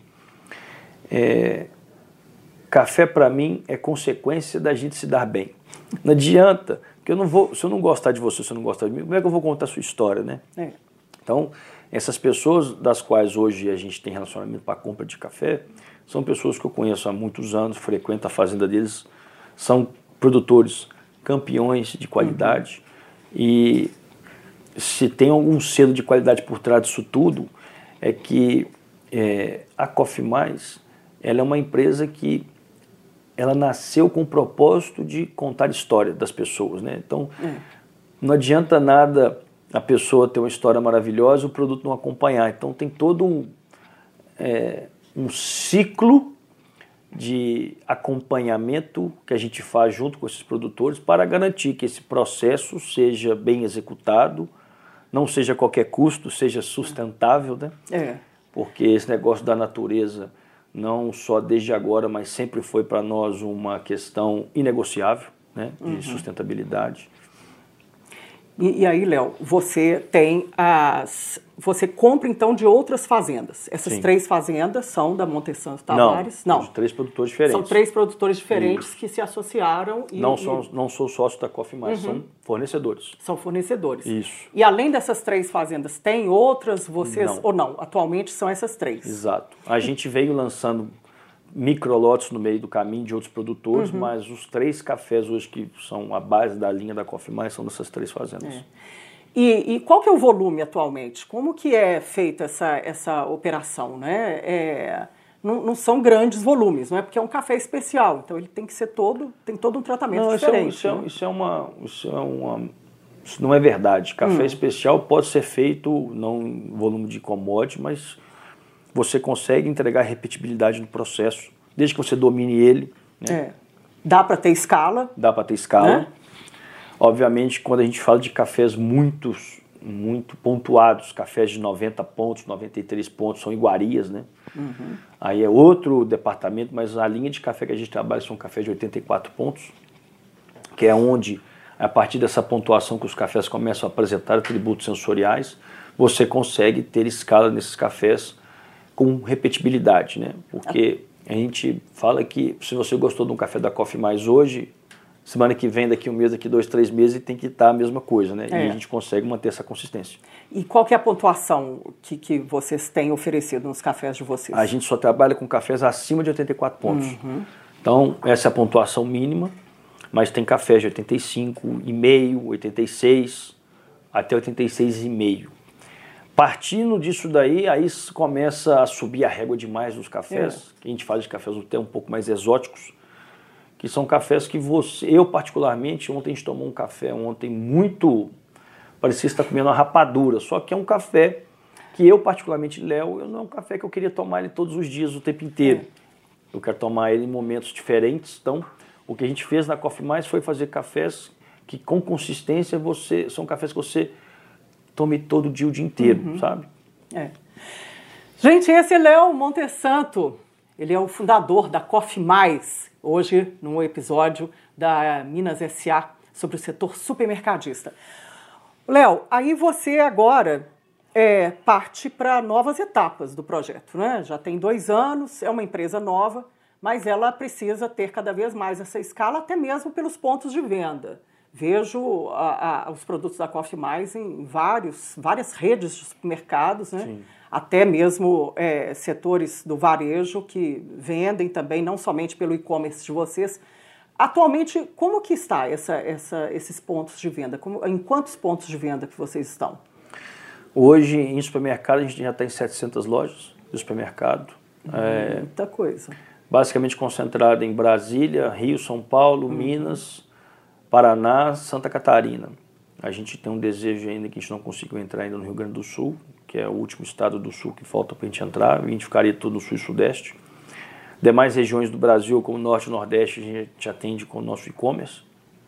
B: é, café para mim é consequência da gente se dar bem. Não adianta, porque eu não vou, se eu não gostar de você, se eu não gostar de mim, como é que eu vou contar a sua história, né? É. Então, essas pessoas das quais hoje a gente tem relacionamento para compra de café, são pessoas que eu conheço há muitos anos, frequento a fazenda deles, são produtores campeões de qualidade, uhum. e se tem algum selo de qualidade por trás disso tudo, é que é, a Coffee Mais, ela é uma empresa que ela nasceu com o propósito de contar a história das pessoas, né? Então, é. não adianta nada a pessoa ter uma história maravilhosa e o produto não acompanhar. Então, tem todo um, é, um ciclo de acompanhamento que a gente faz junto com esses produtores para garantir que esse processo seja bem executado, não seja a qualquer custo, seja sustentável, né? É. Porque esse negócio da natureza, não só desde agora, mas sempre foi para nós uma questão inegociável, né, de uhum. sustentabilidade.
A: E, e aí, Léo, você tem as... Você compra, então, de outras fazendas. Essas Sim. três fazendas são da Montesanto Tavares?
B: Não, não. De três produtores diferentes.
A: São três produtores diferentes Isso. que se associaram. E,
B: não,
A: e...
B: Sou, não sou sócio da Coffee Mais, uhum. são fornecedores.
A: São fornecedores.
B: Isso.
A: E além dessas três fazendas, tem outras vocês
B: não.
A: ou não? Atualmente são essas três.
B: Exato. A gente veio lançando microlotes no meio do caminho de outros produtores, uhum. mas os três cafés hoje que são a base da linha da Coffee Mais são dessas três fazendas.
A: É. E, e qual que é o volume atualmente? Como que é feita essa, essa operação, né? É, não, não são grandes volumes, não é? Porque é um café especial, então ele tem que ser todo, tem todo um tratamento não, diferente.
B: Isso é, isso, né? é, isso é uma, isso é uma, isso não é verdade. Café hum. especial pode ser feito não em volume de commodity, mas você consegue entregar repetibilidade no processo, desde que você domine ele. Né?
A: É. Dá para ter escala.
B: Dá para ter escala. Né? Obviamente, quando a gente fala de cafés muito, muito pontuados, cafés de noventa pontos, noventa e três pontos, são iguarias, né? Uhum. Aí é outro departamento, mas a linha de café que a gente trabalha são cafés de oitenta e quatro pontos, que é onde, a partir dessa pontuação que os cafés começam a apresentar atributos sensoriais, você consegue ter escala nesses cafés com repetibilidade, né? Porque a gente fala que se você gostou de um café da Coffee Mais hoje, semana que vem, daqui um mês, daqui dois, três meses, tem que estar a mesma coisa, né? É. E a gente consegue manter essa consistência.
A: E qual que é a pontuação que, que vocês têm oferecido nos cafés de vocês?
B: A gente só trabalha com cafés acima de oitenta e quatro pontos. Uhum. Então, essa é a pontuação mínima, mas tem cafés de oitenta e cinco vírgula cinco, oitenta e seis, até oitenta e seis vírgula cinco. Partindo disso daí, aí começa a subir a régua demais dos cafés, é. que a gente faz de cafés até um pouco mais exóticos, que são cafés que você, eu particularmente, ontem a gente tomou um café ontem muito, parecia estar comendo uma rapadura, só que é um café que eu particularmente, Léo, não é um café que eu queria tomar ele todos os dias, o tempo inteiro. É. Eu quero tomar ele em momentos diferentes, então o que a gente fez na Coffee Mais foi fazer cafés que com consistência você, são cafés que você tome todo dia, o dia inteiro, uhum. sabe?
A: É. Gente, esse é Léo Montesanto, ele é o fundador da Coffee Mais, hoje num episódio da Minas S A sobre o setor supermercadista. Léo, aí você agora é, parte para novas etapas do projeto, né? Já tem dois anos, é uma empresa nova, mas ela precisa ter cada vez mais essa escala, até mesmo pelos pontos de venda. Vejo a, a, os produtos da Coffee Mais em vários, várias redes de supermercados, né? Sim. Até mesmo é, setores do varejo que vendem também, não somente pelo e-commerce de vocês. Atualmente, como que está essa, essa, esses pontos de venda? Como, em quantos pontos de venda que vocês estão?
B: Hoje, em supermercado, a gente já está em setecentas lojas de supermercado.
A: É, muita coisa.
B: Basicamente concentrada em Brasília, Rio, São Paulo, uhum. Minas, Paraná, Santa Catarina. A gente tem um desejo ainda que a gente não conseguiu entrar ainda no Rio Grande do Sul, que é o último estado do Sul que falta para a gente entrar, a gente ficaria todo no Sul e Sudeste. Demais regiões do Brasil, como Norte e Nordeste, a gente atende com o nosso e-commerce.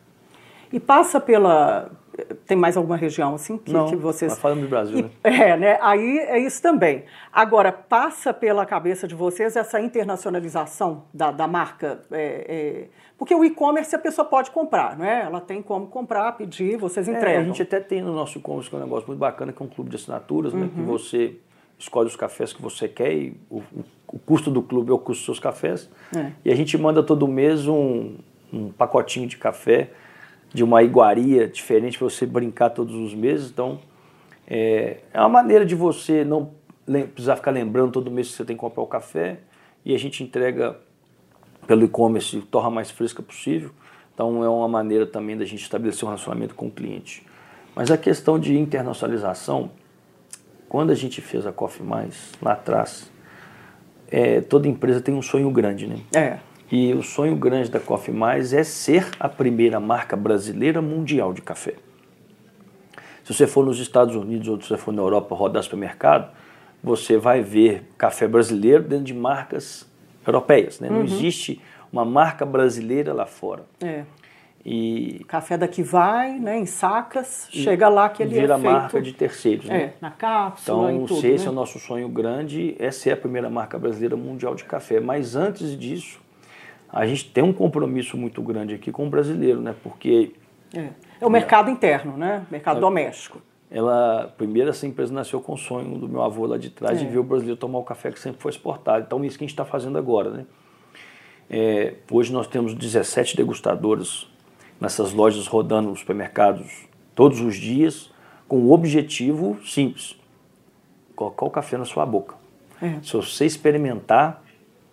A: E passa pela... Tem mais alguma região assim que,
B: não,
A: que vocês...
B: Não, falando do Brasil,
A: e,
B: né?
A: É, né? Aí é isso também. Agora, passa pela cabeça de vocês essa internacionalização da, da marca? É, é... Porque o e-commerce a pessoa pode comprar, né? Ela tem como comprar, pedir, vocês entregam.
B: É, a gente até tem no nosso e-commerce, que é um negócio muito bacana, que é um clube de assinaturas, uhum. né? Que você escolhe os cafés que você quer e o, o, o custo do clube é o custo dos seus cafés. É. E a gente manda todo mês um, um pacotinho de café de uma iguaria diferente para você brincar todos os meses. Então, é, é uma maneira de você não precisar ficar lembrando todo mês que você tem que comprar o café, e a gente entrega pelo e-commerce, torna mais fresca possível. Então, é uma maneira também da gente estabelecer um relacionamento com o cliente. Mas a questão de internacionalização, quando a gente fez a Coffee Mais, lá atrás, é, toda empresa tem um sonho grande, né?
A: É.
B: E o sonho grande da Coffee Mais é ser a primeira marca brasileira mundial de café. Se você for nos Estados Unidos ou se você for na Europa rodar supermercado, você vai ver café brasileiro dentro de marcas europeias, né? Uhum. Não existe uma marca brasileira lá fora.
A: É.
B: E
A: café daqui vai, né, em sacas, chega lá que ele
B: vira
A: é feito...
B: marca de terceiros, né?
A: É, na cápsula,
B: então,
A: em tudo,
B: se esse
A: né?
B: é o nosso sonho grande, essa é a primeira marca brasileira mundial de café. Mas antes disso, a gente tem um compromisso muito grande aqui com o brasileiro, né? Porque...
A: É, é o mercado interno, né? Mercado é, doméstico.
B: Ela, primeiro, essa empresa nasceu com o sonho do meu avô lá de trás, é. de ver o brasileiro tomar o café que sempre foi exportado. Então, isso que a gente está fazendo agora, né? É, hoje nós temos dezessete degustadores nessas lojas rodando nos supermercados todos os dias, com o objetivo simples: colocar o café na sua boca. É. Se você experimentar,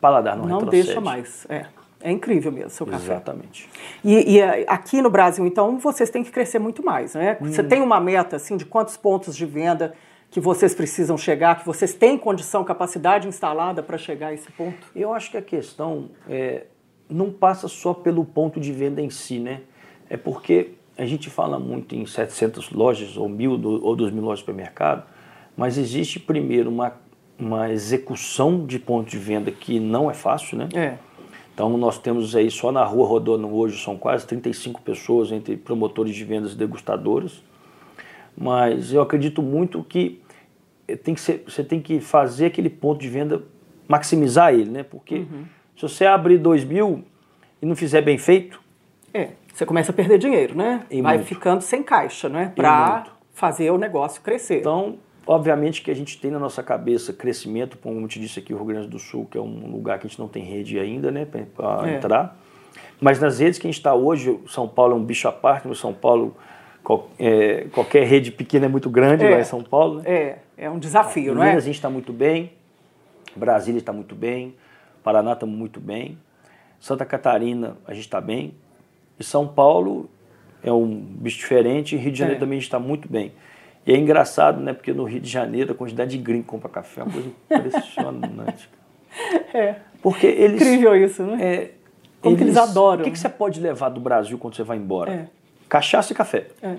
B: paladar não,
A: não
B: retrocede.
A: deixa mais. É, é incrível mesmo o seu café.
B: Exatamente.
A: E, e aqui no Brasil, então, vocês têm que crescer muito mais, né? Você
B: Hum.
A: tem uma meta, assim, de quantos pontos de venda que vocês precisam chegar, que vocês têm condição, capacidade instalada para chegar a esse ponto?
B: Eu acho que a questão é, não passa só pelo ponto de venda em si, né? É porque a gente fala muito em setecentas lojas, ou mil, ou duas mil lojas de supermercado, mas existe primeiro uma, uma execução de ponto de venda que não é fácil, né?
A: É.
B: Então nós temos aí só na rua rodando hoje, são quase trinta e cinco pessoas entre promotores de vendas e degustadores, mas eu acredito muito que, tem que ser, você tem que fazer aquele ponto de venda, maximizar ele, né? Porque uhum. se você abrir dois mil e não fizer bem feito...
A: É, você começa a perder dinheiro, né?
B: E
A: vai
B: muito.
A: ficando sem caixa, né? Para fazer o negócio crescer.
B: Então, obviamente que a gente tem na nossa cabeça crescimento, como eu te disse aqui, o Rio Grande do Sul, que é um lugar que a gente não tem rede ainda, né? Para
A: é.
B: entrar. Mas nas redes que a gente está hoje, São Paulo é um bicho à parte, mas São Paulo... É, qualquer rede pequena é muito grande é, lá em São Paulo. Né?
A: É, é um desafio,
B: em
A: não é?
B: Minas a gente está muito bem, Brasília está muito bem, Paraná está muito bem, Santa Catarina a gente está bem, e São Paulo é um bicho diferente, e Rio de Janeiro é. também a gente está muito bem. E é engraçado, né? Porque no Rio de Janeiro a quantidade de gringo que compra café é uma coisa impressionante.
A: É.
B: Porque eles,
A: incrível isso, né?
B: É,
A: Como eles, que eles adoram.
B: O que, que você pode levar do Brasil quando você vai embora?
A: É.
B: Cachaça e café.
A: É,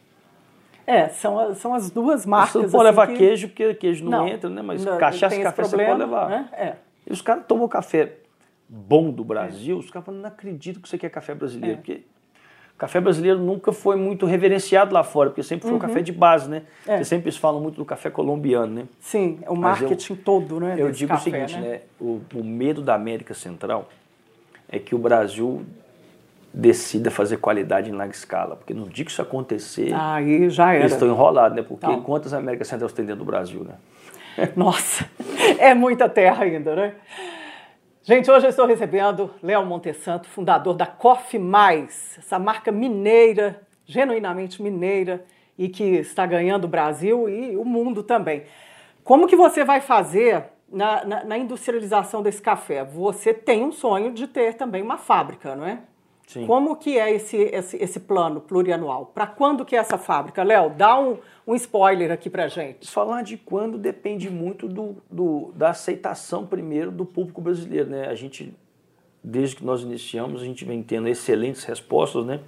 A: é são, as, são as duas marcas.
B: Você não pode
A: assim,
B: levar
A: que...
B: queijo, porque queijo não,
A: não
B: entra, né? Mas
A: não,
B: cachaça e café
A: problema,
B: você pode levar.
A: Né? É.
B: E os caras tomam café bom do Brasil, é. os caras falam, não acredito que isso aqui é café brasileiro. É. Porque café brasileiro nunca foi muito reverenciado lá fora, porque sempre foi uhum. um café de base, né? É. Porque sempre eles falam muito do café colombiano, né?
A: Sim, o marketing eu, todo, né?
B: Eu digo
A: café,
B: o seguinte,
A: né?
B: né? O, o medo da América Central é que o Brasil decida fazer qualidade em larga escala, porque no dia que isso acontecer,
A: aí já era.
B: Eles estão enrolados, né? Porque
A: Não.
B: quantas Américas Centrais tem dentro do Brasil, né?
A: Nossa, é muita terra ainda, né? Gente, hoje eu estou recebendo Léo Montesanto, fundador da Coffee Mais, essa marca mineira, genuinamente mineira, e que está ganhando o Brasil e o mundo também. Como que você vai fazer na, na, na industrialização desse café? Você tem um sonho de ter também uma fábrica, não é?
B: Sim.
A: Como que é esse, esse, esse plano plurianual? Para quando que é essa fábrica? Léo, dá um, um spoiler aqui para gente.
B: Falar de quando depende muito do, do, da aceitação, primeiro, do público brasileiro, né? A gente, desde que nós iniciamos, a gente vem tendo excelentes respostas, né?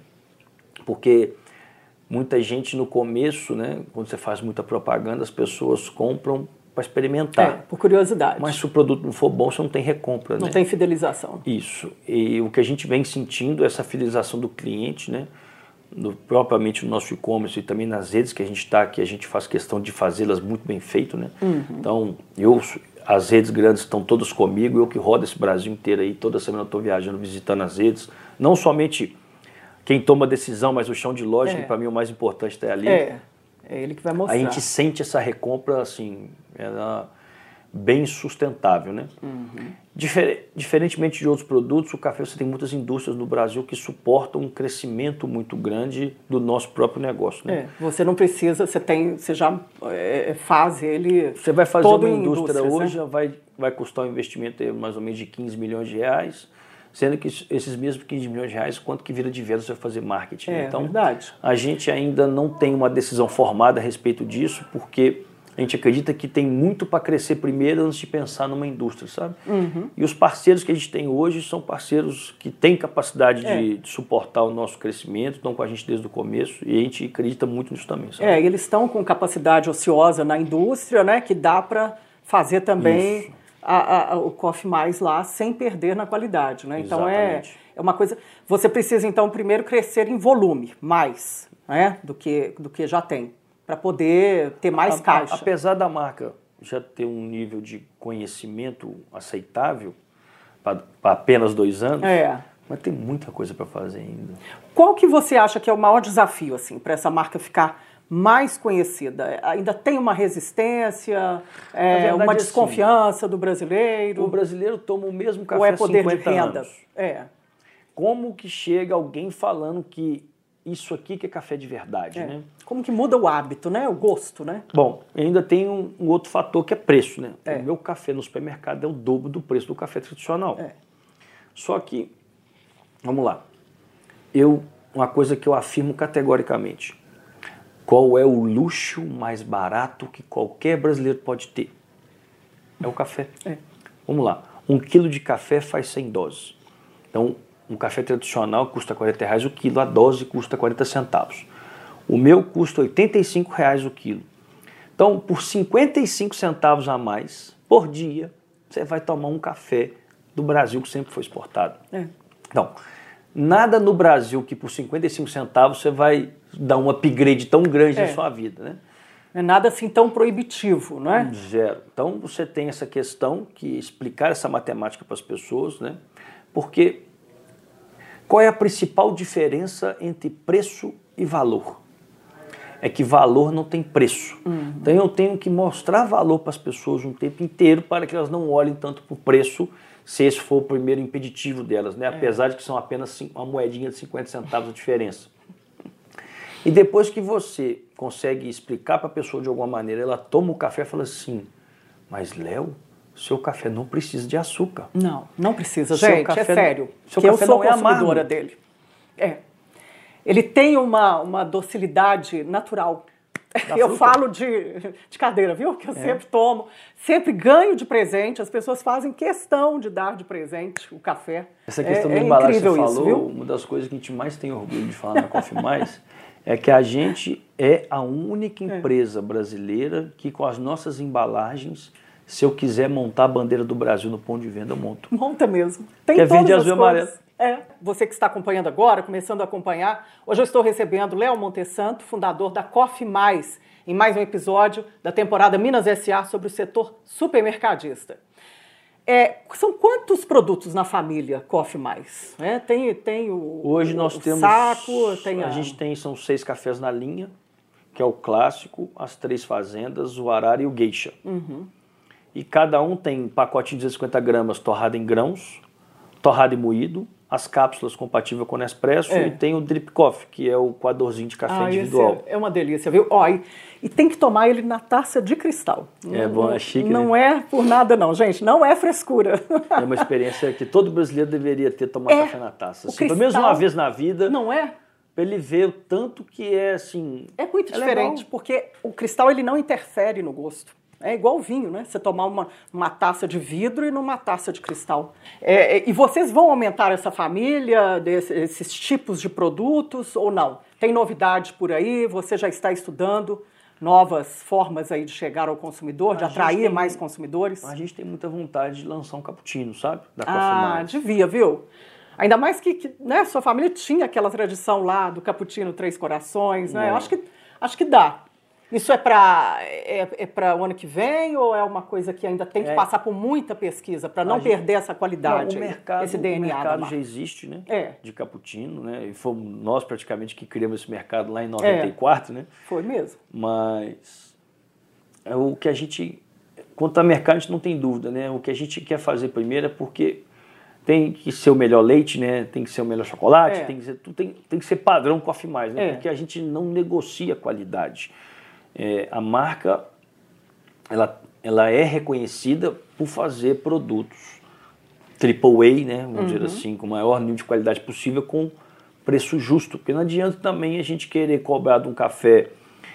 B: Porque muita gente no começo, né? Quando você faz muita propaganda, as pessoas compram para experimentar.
A: É, por curiosidade.
B: Mas se o produto não for bom, você não tem recompra,
A: Não
B: né?
A: tem fidelização.
B: Isso. E o que a gente vem sentindo é essa fidelização do cliente, né? No, propriamente no nosso e-commerce e também nas redes que a gente está, que a gente faz questão de fazê-las muito bem feito, né?
A: Uhum.
B: Então, eu, as redes grandes estão todas comigo, eu que rodo esse Brasil inteiro aí, toda semana eu estou viajando, visitando as redes. Não somente quem toma a decisão, mas o chão de loja,
A: é.
B: que para mim é o mais importante está ali.
A: É. É ele que vai mostrar.
B: A gente sente essa recompra, assim, ela bem sustentável, né?
A: Uhum.
B: Difer- diferentemente de outros produtos, o café, você tem muitas indústrias no Brasil que suportam um crescimento muito grande do nosso próprio negócio, né?
A: É, você não precisa, você tem, você já é, faz ele.
B: Você vai fazer
A: todo
B: uma
A: em
B: indústria hoje,
A: né?
B: vai, vai custar um investimento de mais ou menos de quinze milhões de reais, sendo que esses mesmos quinze milhões de reais, quanto que vira de vendas você vai fazer marketing?
A: É,
B: então,
A: verdade.
B: A gente ainda não tem uma decisão formada a respeito disso, porque a gente acredita que tem muito para crescer primeiro antes de pensar numa indústria, sabe?
A: Uhum.
B: E os parceiros que a gente tem hoje são parceiros que têm capacidade
A: é.
B: de, de suportar o nosso crescimento, estão com a gente desde o começo e a gente acredita muito nisso também, sabe?
A: É, eles estão com capacidade ociosa na indústria, né? Que dá para fazer também a, a, o Coffee Mais lá sem perder na qualidade, né? Então é, é uma coisa... Você precisa, então, primeiro crescer em volume, mais, né? Do que, do que já tem, para poder ter mais
B: a,
A: caixa.
B: A, apesar da marca já ter um nível de conhecimento aceitável para apenas dois anos,
A: é.
B: mas tem muita coisa para fazer ainda.
A: Qual que você acha que é o maior desafio assim, para essa marca ficar mais conhecida? Ainda tem uma resistência, é,
B: verdade,
A: uma desconfiança
B: assim,
A: do brasileiro?
B: O brasileiro toma o mesmo café
A: ou é poder de
B: cinquenta
A: renda?
B: anos.
A: É.
B: Como que chega alguém falando que isso aqui que é café de verdade,
A: é.
B: né?
A: Como que muda o hábito, né? O gosto, né?
B: Bom, ainda tem um, um outro fator que é preço, né?
A: É.
B: O meu café no supermercado é o dobro do preço do café tradicional.
A: É.
B: Só que, vamos lá, eu, uma coisa que eu afirmo categoricamente, qual é o luxo mais barato que qualquer brasileiro pode ter? É o café.
A: É.
B: Vamos lá, um quilo de café faz cem doses. Então, um café tradicional custa quarenta reais o quilo, a dose custa quarenta centavos. O meu custa oitenta e cinco reais o quilo. Então, por cinquenta e cinco centavos a mais por dia, você vai tomar um café do Brasil que sempre foi exportado.
A: É.
B: Então, nada no Brasil que por cinquenta e cinco centavos você vai dar um upgrade tão grande
A: É.
B: na sua vida, né?
A: Não é nada assim tão proibitivo, não é?
B: Zero. Então, você tem essa questão que explicar essa matemática para as pessoas, né? Porque qual é a principal diferença entre preço e valor? É que valor não tem preço. Uhum. Então eu tenho que mostrar valor para as pessoas um tempo inteiro para que elas não olhem tanto para o preço, se esse for o primeiro impeditivo delas, né? É. Apesar de que são apenas uma moedinha de cinquenta centavos a diferença. E depois que você consegue explicar para a pessoa de alguma maneira, ela toma o café e fala assim, mas Léo, seu café não precisa de açúcar.
A: Não, não precisa,
B: Seu
A: gente,
B: café
A: é sério.
B: Seu
A: que
B: café
A: eu sou
B: não é
A: consumidora
B: amargo.
A: dele. É. Ele tem uma, uma docilidade natural.
B: Da
A: eu
B: fruta.
A: falo de, de cadeira, viu? Que eu
B: É.
A: sempre tomo, sempre ganho de presente, as pessoas fazem questão de dar de presente o café.
B: Essa questão
A: é,
B: da
A: é
B: embalagem que
A: incrível
B: você
A: isso,
B: falou,
A: viu?
B: uma das coisas que a gente mais tem orgulho de falar na Coffee Mais é que a gente é a única empresa brasileira que com as nossas embalagens, se eu quiser montar a bandeira do Brasil no ponto de venda, eu monto.
A: Monta mesmo. Tem
B: Que é
A: todas
B: verde,
A: as
B: azul e
A: cores.
B: amarelo.
A: É. Você que está acompanhando agora, começando a acompanhar, hoje eu estou recebendo Léo Montesanto, fundador da Coffee Mais, em mais um episódio da temporada Minas S A sobre o setor supermercadista. É, são quantos produtos na família Coffee Mais? É, tem, tem o,
B: Hoje nós
A: o
B: temos,
A: saco, tem
B: a,
A: a...
B: gente tem, são seis cafés na linha, que é o clássico, as três fazendas, o arara e o geisha.
A: Uhum.
B: E cada um tem pacotinho de duzentos e cinquenta gramas torrado em grãos, torrado e moído, as cápsulas compatíveis com o Nespresso
A: É.
B: e tem o drip coffee, que é o coadorzinho de café
A: ah,
B: individual.
A: Esse é, é uma delícia, viu? Ó, e, e tem que tomar ele na taça de cristal.
B: É bom, é chique,
A: Não
B: né?
A: é por nada não, gente, não é frescura.
B: É uma experiência que todo brasileiro deveria ter, tomar
A: É,
B: café na taça.
A: o
B: Assim, pelo menos
A: cristal-
B: uma vez na vida,
A: Não é?
B: para ele ver o tanto que é assim...
A: É muito
B: é
A: diferente,
B: legal.
A: porque o cristal ele não interfere no gosto. É igual o vinho, né? Você tomar uma, uma taça de vidro e numa taça de cristal. É, é, e vocês vão aumentar essa família, desse, esses tipos de produtos ou não? Tem novidade por aí? Você já está estudando novas formas aí de chegar ao consumidor, de
B: A gente
A: atrair
B: tem-
A: mais consumidores?
B: A gente tem muita vontade de lançar um cappuccino, sabe? Da Coffee
A: Ah,
B: Mais.
A: devia, viu? Ainda mais que, que, né, sua família tinha aquela tradição lá do cappuccino Três Corações, né?
B: É.
A: Eu acho que, acho que dá. Isso é para é, é para o ano que vem ou é uma coisa que ainda tem que
B: É.
A: passar por muita pesquisa para não
B: A gente-
A: perder essa qualidade,
B: Não, o
A: aí,
B: mercado,
A: esse
B: o
A: D N A da
B: mercado
A: marca?
B: já existe, né?
A: É.
B: De cappuccino, né? E fomos nós praticamente que criamos esse mercado lá em noventa e quatro, né?
A: Foi mesmo.
B: Mas é o que a gente, quanto a mercado, a gente não tem dúvida, né? O que a gente quer fazer primeiro é porque tem que ser o melhor leite, né? Tem que ser o melhor chocolate,
A: É.
B: tem, que ser, tudo tem, tem que ser padrão Coffee Mais, né?
A: É.
B: Porque a gente não negocia qualidade. É, a marca, ela, ela é reconhecida por fazer produtos triple A, né? Vamos dizer assim, com o maior nível de qualidade possível, com preço justo. Porque não adianta também a gente querer cobrar de um café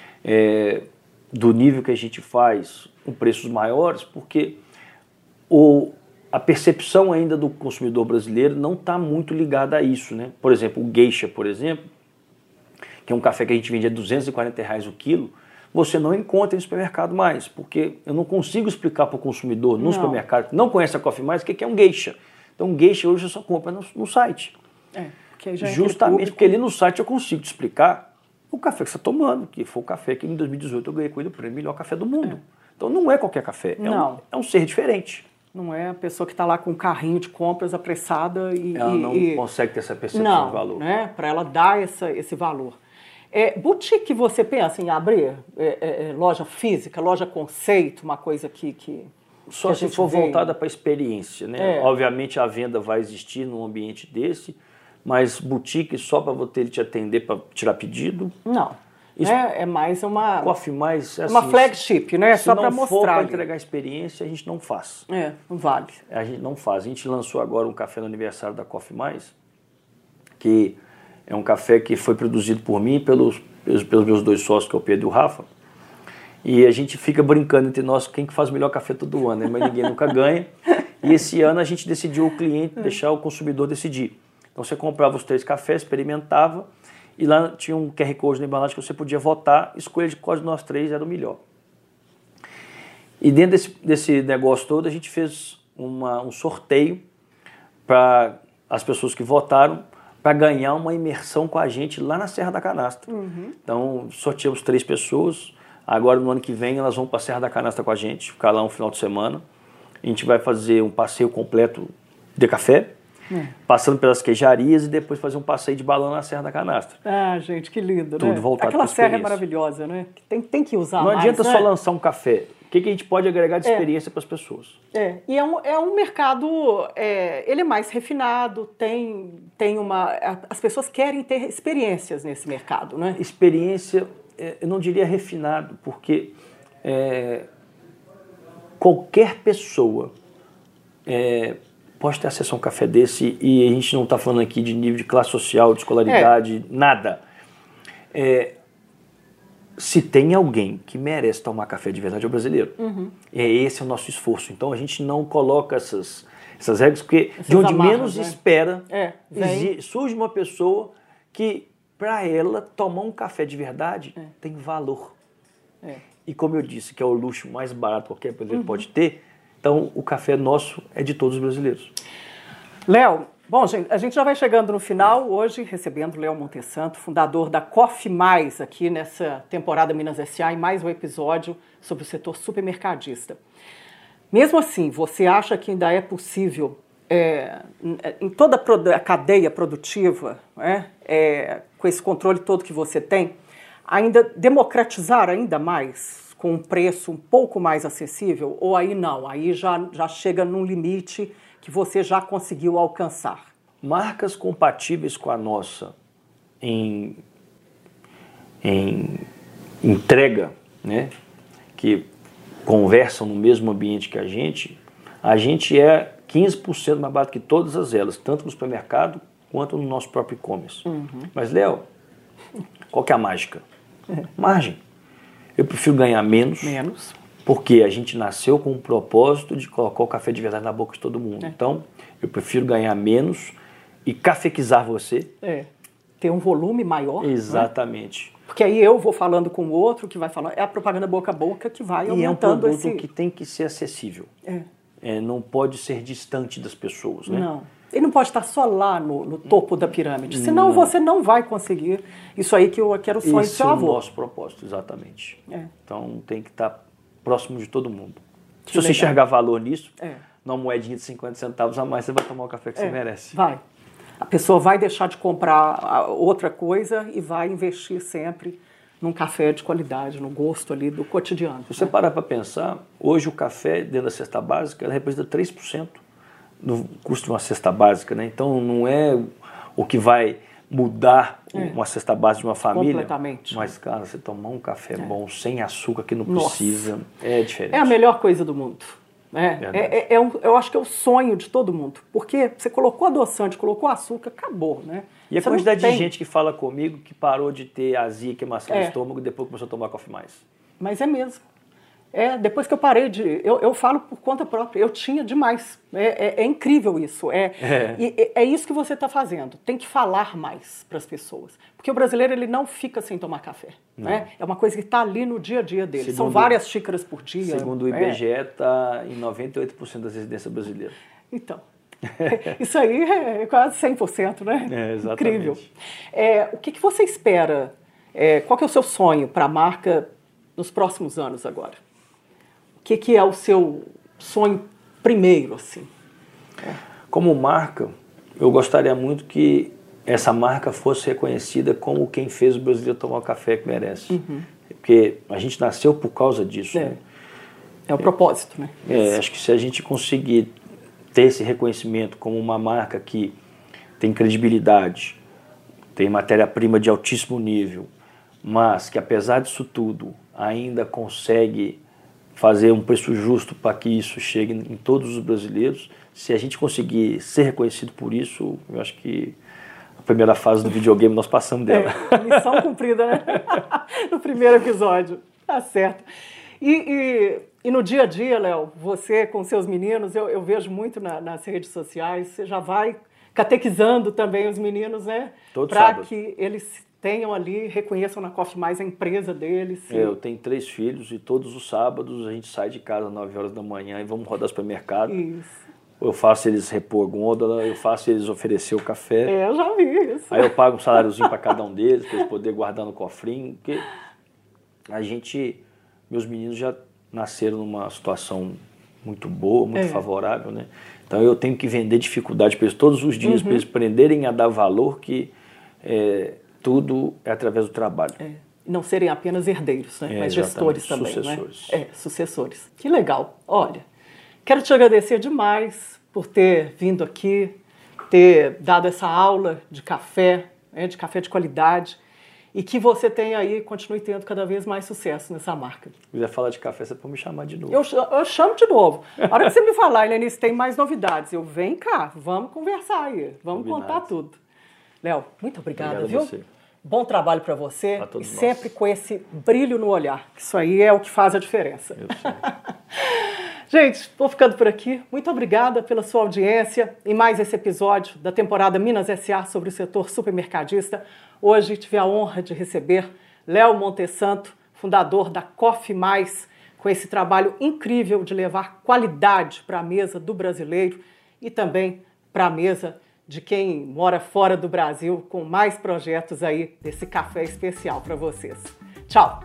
B: é, do nível que a gente faz com preços maiores, porque o, a percepção ainda do consumidor brasileiro não está muito ligada a isso, né? Por exemplo, o geisha, por exemplo, que é um café que a gente vende a duzentos e quarenta reais o quilo, você não encontra no supermercado mais, porque eu não consigo explicar para o consumidor no
A: Não.
B: supermercado que não conhece a Coffee Mais o que é um geisha. Então, um geisha hoje eu só compra no, no site.
A: É, porque aí já é aquele
B: Justamente
A: público-
B: porque ali no site eu consigo te explicar o café que você está tomando, que foi o café que em dois mil e dezoito eu ganhei com ele o prêmio melhor café do mundo. Então não é qualquer café, é,
A: Não.
B: um, é um ser diferente.
A: Não é a pessoa que está lá com um carrinho de compras apressada e...
B: Ela
A: e-
B: não
A: e-
B: consegue ter essa percepção
A: Não,
B: de valor.
A: né? Para ela dar essa, esse valor. É, boutique, você pensa em abrir? É, é, é, loja física, loja conceito, uma coisa que... que
B: Só
A: que a
B: se
A: gente
B: for
A: vê-
B: voltada para a experiência, né?
A: É.
B: Obviamente a venda vai existir num ambiente desse, mas boutique só para você ele te atender para tirar pedido.
A: Não. Isso, né? É mais uma...
B: Coffee Mais... Assim,
A: uma flagship, né?
B: Se
A: só para mostrar.
B: Se não for para entregar experiência, a gente não faz.
A: É, não vale.
B: A gente não faz. A gente lançou agora um café no aniversário da Coffee Mais, que é um café que foi produzido por mim e pelos, pelos, pelos meus dois sócios, que é o Pedro e o Rafa. E a gente fica brincando entre nós quem que faz o melhor café todo ano, né? Mas ninguém nunca ganha. E esse ano a gente decidiu o cliente deixar o consumidor decidir. Então você comprava os três cafés, experimentava, e lá tinha um Q R Code na embalagem que você podia votar, escolha de qual de nós três era o melhor. E dentro desse, desse negócio todo a gente fez uma, um sorteio para as pessoas que votaram para ganhar uma imersão com a gente lá na Serra da Canastra. Uhum. Então sorteamos três pessoas. Agora, no ano que vem, elas vão para a Serra da Canastra com a gente, ficar lá um final de semana. A gente vai fazer um passeio completo de café, é. passando pelas queijarias e depois fazer um passeio de balão na Serra da Canastra.
A: Ah, gente, que lindo,
B: Tudo
A: né?
B: voltado
A: Aquela
B: para
A: serra é maravilhosa, né? Tem, tem que usar
B: Não
A: mais,
B: adianta
A: né?
B: só lançar um café. O que, que a gente pode agregar de
A: é.
B: experiência para as pessoas?
A: É, e é um, é um mercado, é, ele é mais refinado, tem, tem uma... As pessoas querem ter experiências nesse mercado, né?
B: Experiência... eu não diria refinado, porque é, qualquer pessoa é, pode ter acesso a um café desse, e a gente não está falando aqui de nível de classe social, de escolaridade, é. nada. É, se tem alguém que merece tomar café de verdade, é o brasileiro. Uhum. É esse é o nosso esforço. Então a gente não coloca essas, essas regras, porque essas de onde amarras, menos né? espera,
A: é,
B: surge uma pessoa que... para ela, tomar um café de verdade é. tem valor. É. E como eu disse, que é o luxo mais barato que qualquer brasileiro uhum. pode ter, então o café nosso é de todos os brasileiros.
A: Léo, bom, gente, a gente já vai chegando no final, hoje recebendo Léo Montesanto, fundador da Coffee Mais, aqui nessa temporada Minas S A, e mais um episódio sobre o setor supermercadista. Mesmo assim, você acha que ainda é possível... É, em toda a cadeia produtiva, né, é, com esse controle todo que você tem, ainda democratizar ainda mais, com um preço um pouco mais acessível, ou aí não, aí já, já chega num limite que você já conseguiu alcançar?
B: Marcas compatíveis com a nossa em, em entrega, né, que conversam no mesmo ambiente que a gente, a gente é quinze por cento mais barato que todas as elas, tanto no supermercado quanto no nosso próprio e-commerce. Uhum. Mas, Léo, qual que é a mágica? É. Margem. Eu prefiro ganhar menos,
A: menos,
B: porque a gente nasceu com o propósito de colocar o café de verdade na boca de todo mundo. É. Então, eu prefiro ganhar menos e cafequizar você.
A: É. Ter um volume maior.
B: Exatamente.
A: Né? Porque aí eu vou falando com o outro, que vai falando, é a propaganda boca a boca que vai aumentando esse...
B: E é um produto esse... que tem que ser acessível.
A: É.
B: É, não pode ser distante das pessoas, né?
A: Não. Ele não pode estar só lá no, no topo da pirâmide, senão não. você não vai conseguir isso aí que, eu, que era o sonho
B: Esse
A: do seu avô.
B: é o nosso propósito, exatamente. É. Então tem que estar próximo de todo mundo.
A: Que
B: Se você
A: legal.
B: enxergar valor nisso,
A: é.
B: numa moedinha de cinquenta centavos a mais, você vai tomar o café que é. você merece.
A: Vai. A pessoa vai deixar de comprar outra coisa e vai investir sempre num café de qualidade, no gosto ali do cotidiano.
B: Se você
A: né?
B: parar para pensar, hoje o café dentro da cesta básica ela representa três por cento do custo de uma cesta básica, né? Então não é o que vai mudar é. uma cesta básica de uma família.
A: Completamente.
B: Mas, cara, você tomar um café
A: é.
B: bom, sem açúcar, que não
A: Nossa.
B: precisa, é diferente.
A: É a melhor coisa do mundo. É, é, é, é um, eu acho que é o sonho de todo mundo, porque você colocou adoçante, colocou açúcar, acabou, né?
B: E a
A: você
B: quantidade
A: tem...
B: de gente que fala comigo que parou de ter azia, queimação
A: é.
B: no estômago e depois começou a tomar Coffee Mais.
A: Mas é mesmo. É, depois que eu parei de... Eu, eu falo por conta própria, eu tinha demais. É, é, é incrível isso. É, é. E, é isso que você está fazendo. Tem que falar mais para as pessoas. Porque o brasileiro ele não fica sem tomar café. Né? É uma coisa que está ali no dia a dia dele. Segundo, São várias xícaras por dia.
B: Segundo o I B G E, está em noventa e oito por cento das residências brasileiras.
A: Então... Isso aí é quase cem por cento, né?
B: É, exatamente.
A: Incrível. É, o que, que você espera? É, qual que é o seu sonho para a marca nos próximos anos agora? O que, que é o seu sonho primeiro, assim? É.
B: Como marca, eu gostaria muito que essa marca fosse reconhecida como quem fez o brasileiro tomar o café que merece. Uhum. Porque a gente nasceu por causa disso.
A: É,
B: né?
A: é o propósito, né?
B: É, acho que se a gente conseguir ter esse reconhecimento como uma marca que tem credibilidade, tem matéria-prima de altíssimo nível, mas que apesar disso tudo ainda consegue fazer um preço justo para que isso chegue em todos os brasileiros. Se a gente conseguir ser reconhecido por isso, eu acho que a primeira fase do videogame nós passamos dela.
A: É, missão cumprida, né? No primeiro episódio. Tá certo. E, e, e no dia a dia, Léo, você com seus meninos, eu, eu vejo muito na, nas redes sociais, você já vai catequizando também os meninos, né? Para que eles tenham ali, reconheçam na Coffee Mais a empresa deles.
B: É, eu tenho três filhos e todos os sábados a gente sai de casa às nove horas da manhã e vamos rodar o supermercado.
A: Isso.
B: Eu faço eles repor a gôndola, eu faço eles oferecer o café.
A: É, eu já vi isso.
B: Aí eu pago um saláriozinho para cada um deles, para eles poderem guardar no cofrinho. Porque a gente, meus meninos já nasceram numa situação muito boa, muito é. favorável, né? Então eu tenho que vender dificuldade para eles todos os dias, uhum. para eles aprenderem a dar valor, que é, tudo é através do trabalho.
A: É. Não serem apenas herdeiros, né?
B: É,
A: mas gestores também,
B: sucessores.
A: Né? É, sucessores. Que legal. Olha, quero te agradecer demais por ter vindo aqui, ter dado essa aula de café, né? de café de qualidade, e que você tenha aí, continue tendo cada vez mais sucesso nessa marca.
B: Se quiser falar de café, você pode me chamar de novo.
A: Eu, eu chamo de novo. A hora que você me falar, Helenice, tem mais novidades, eu venho cá, vamos conversar aí, vamos Combinado. Contar tudo. Léo, muito obrigada,
B: Obrigado
A: viu?
B: A você.
A: Bom trabalho para você e
B: nós.
A: sempre com esse brilho no olhar, que isso aí é o que faz a diferença.
B: Eu sei.
A: Gente, vou ficando por aqui. Muito obrigada pela sua audiência em mais esse episódio da temporada Minas S A sobre o setor supermercadista. Hoje tive a honra de receber Léo Montesanto, fundador da Coffee Mais, com esse trabalho incrível de levar qualidade para a mesa do brasileiro e também para a mesa de quem mora fora do Brasil, com mais projetos aí desse café especial para vocês. Tchau!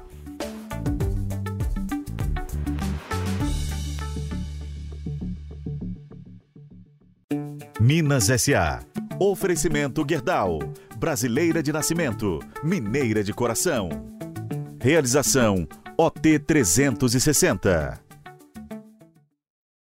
C: Minas S A. Oferecimento Gerdau. Brasileira de nascimento, mineira de coração. Realização O T trezentos e sessenta.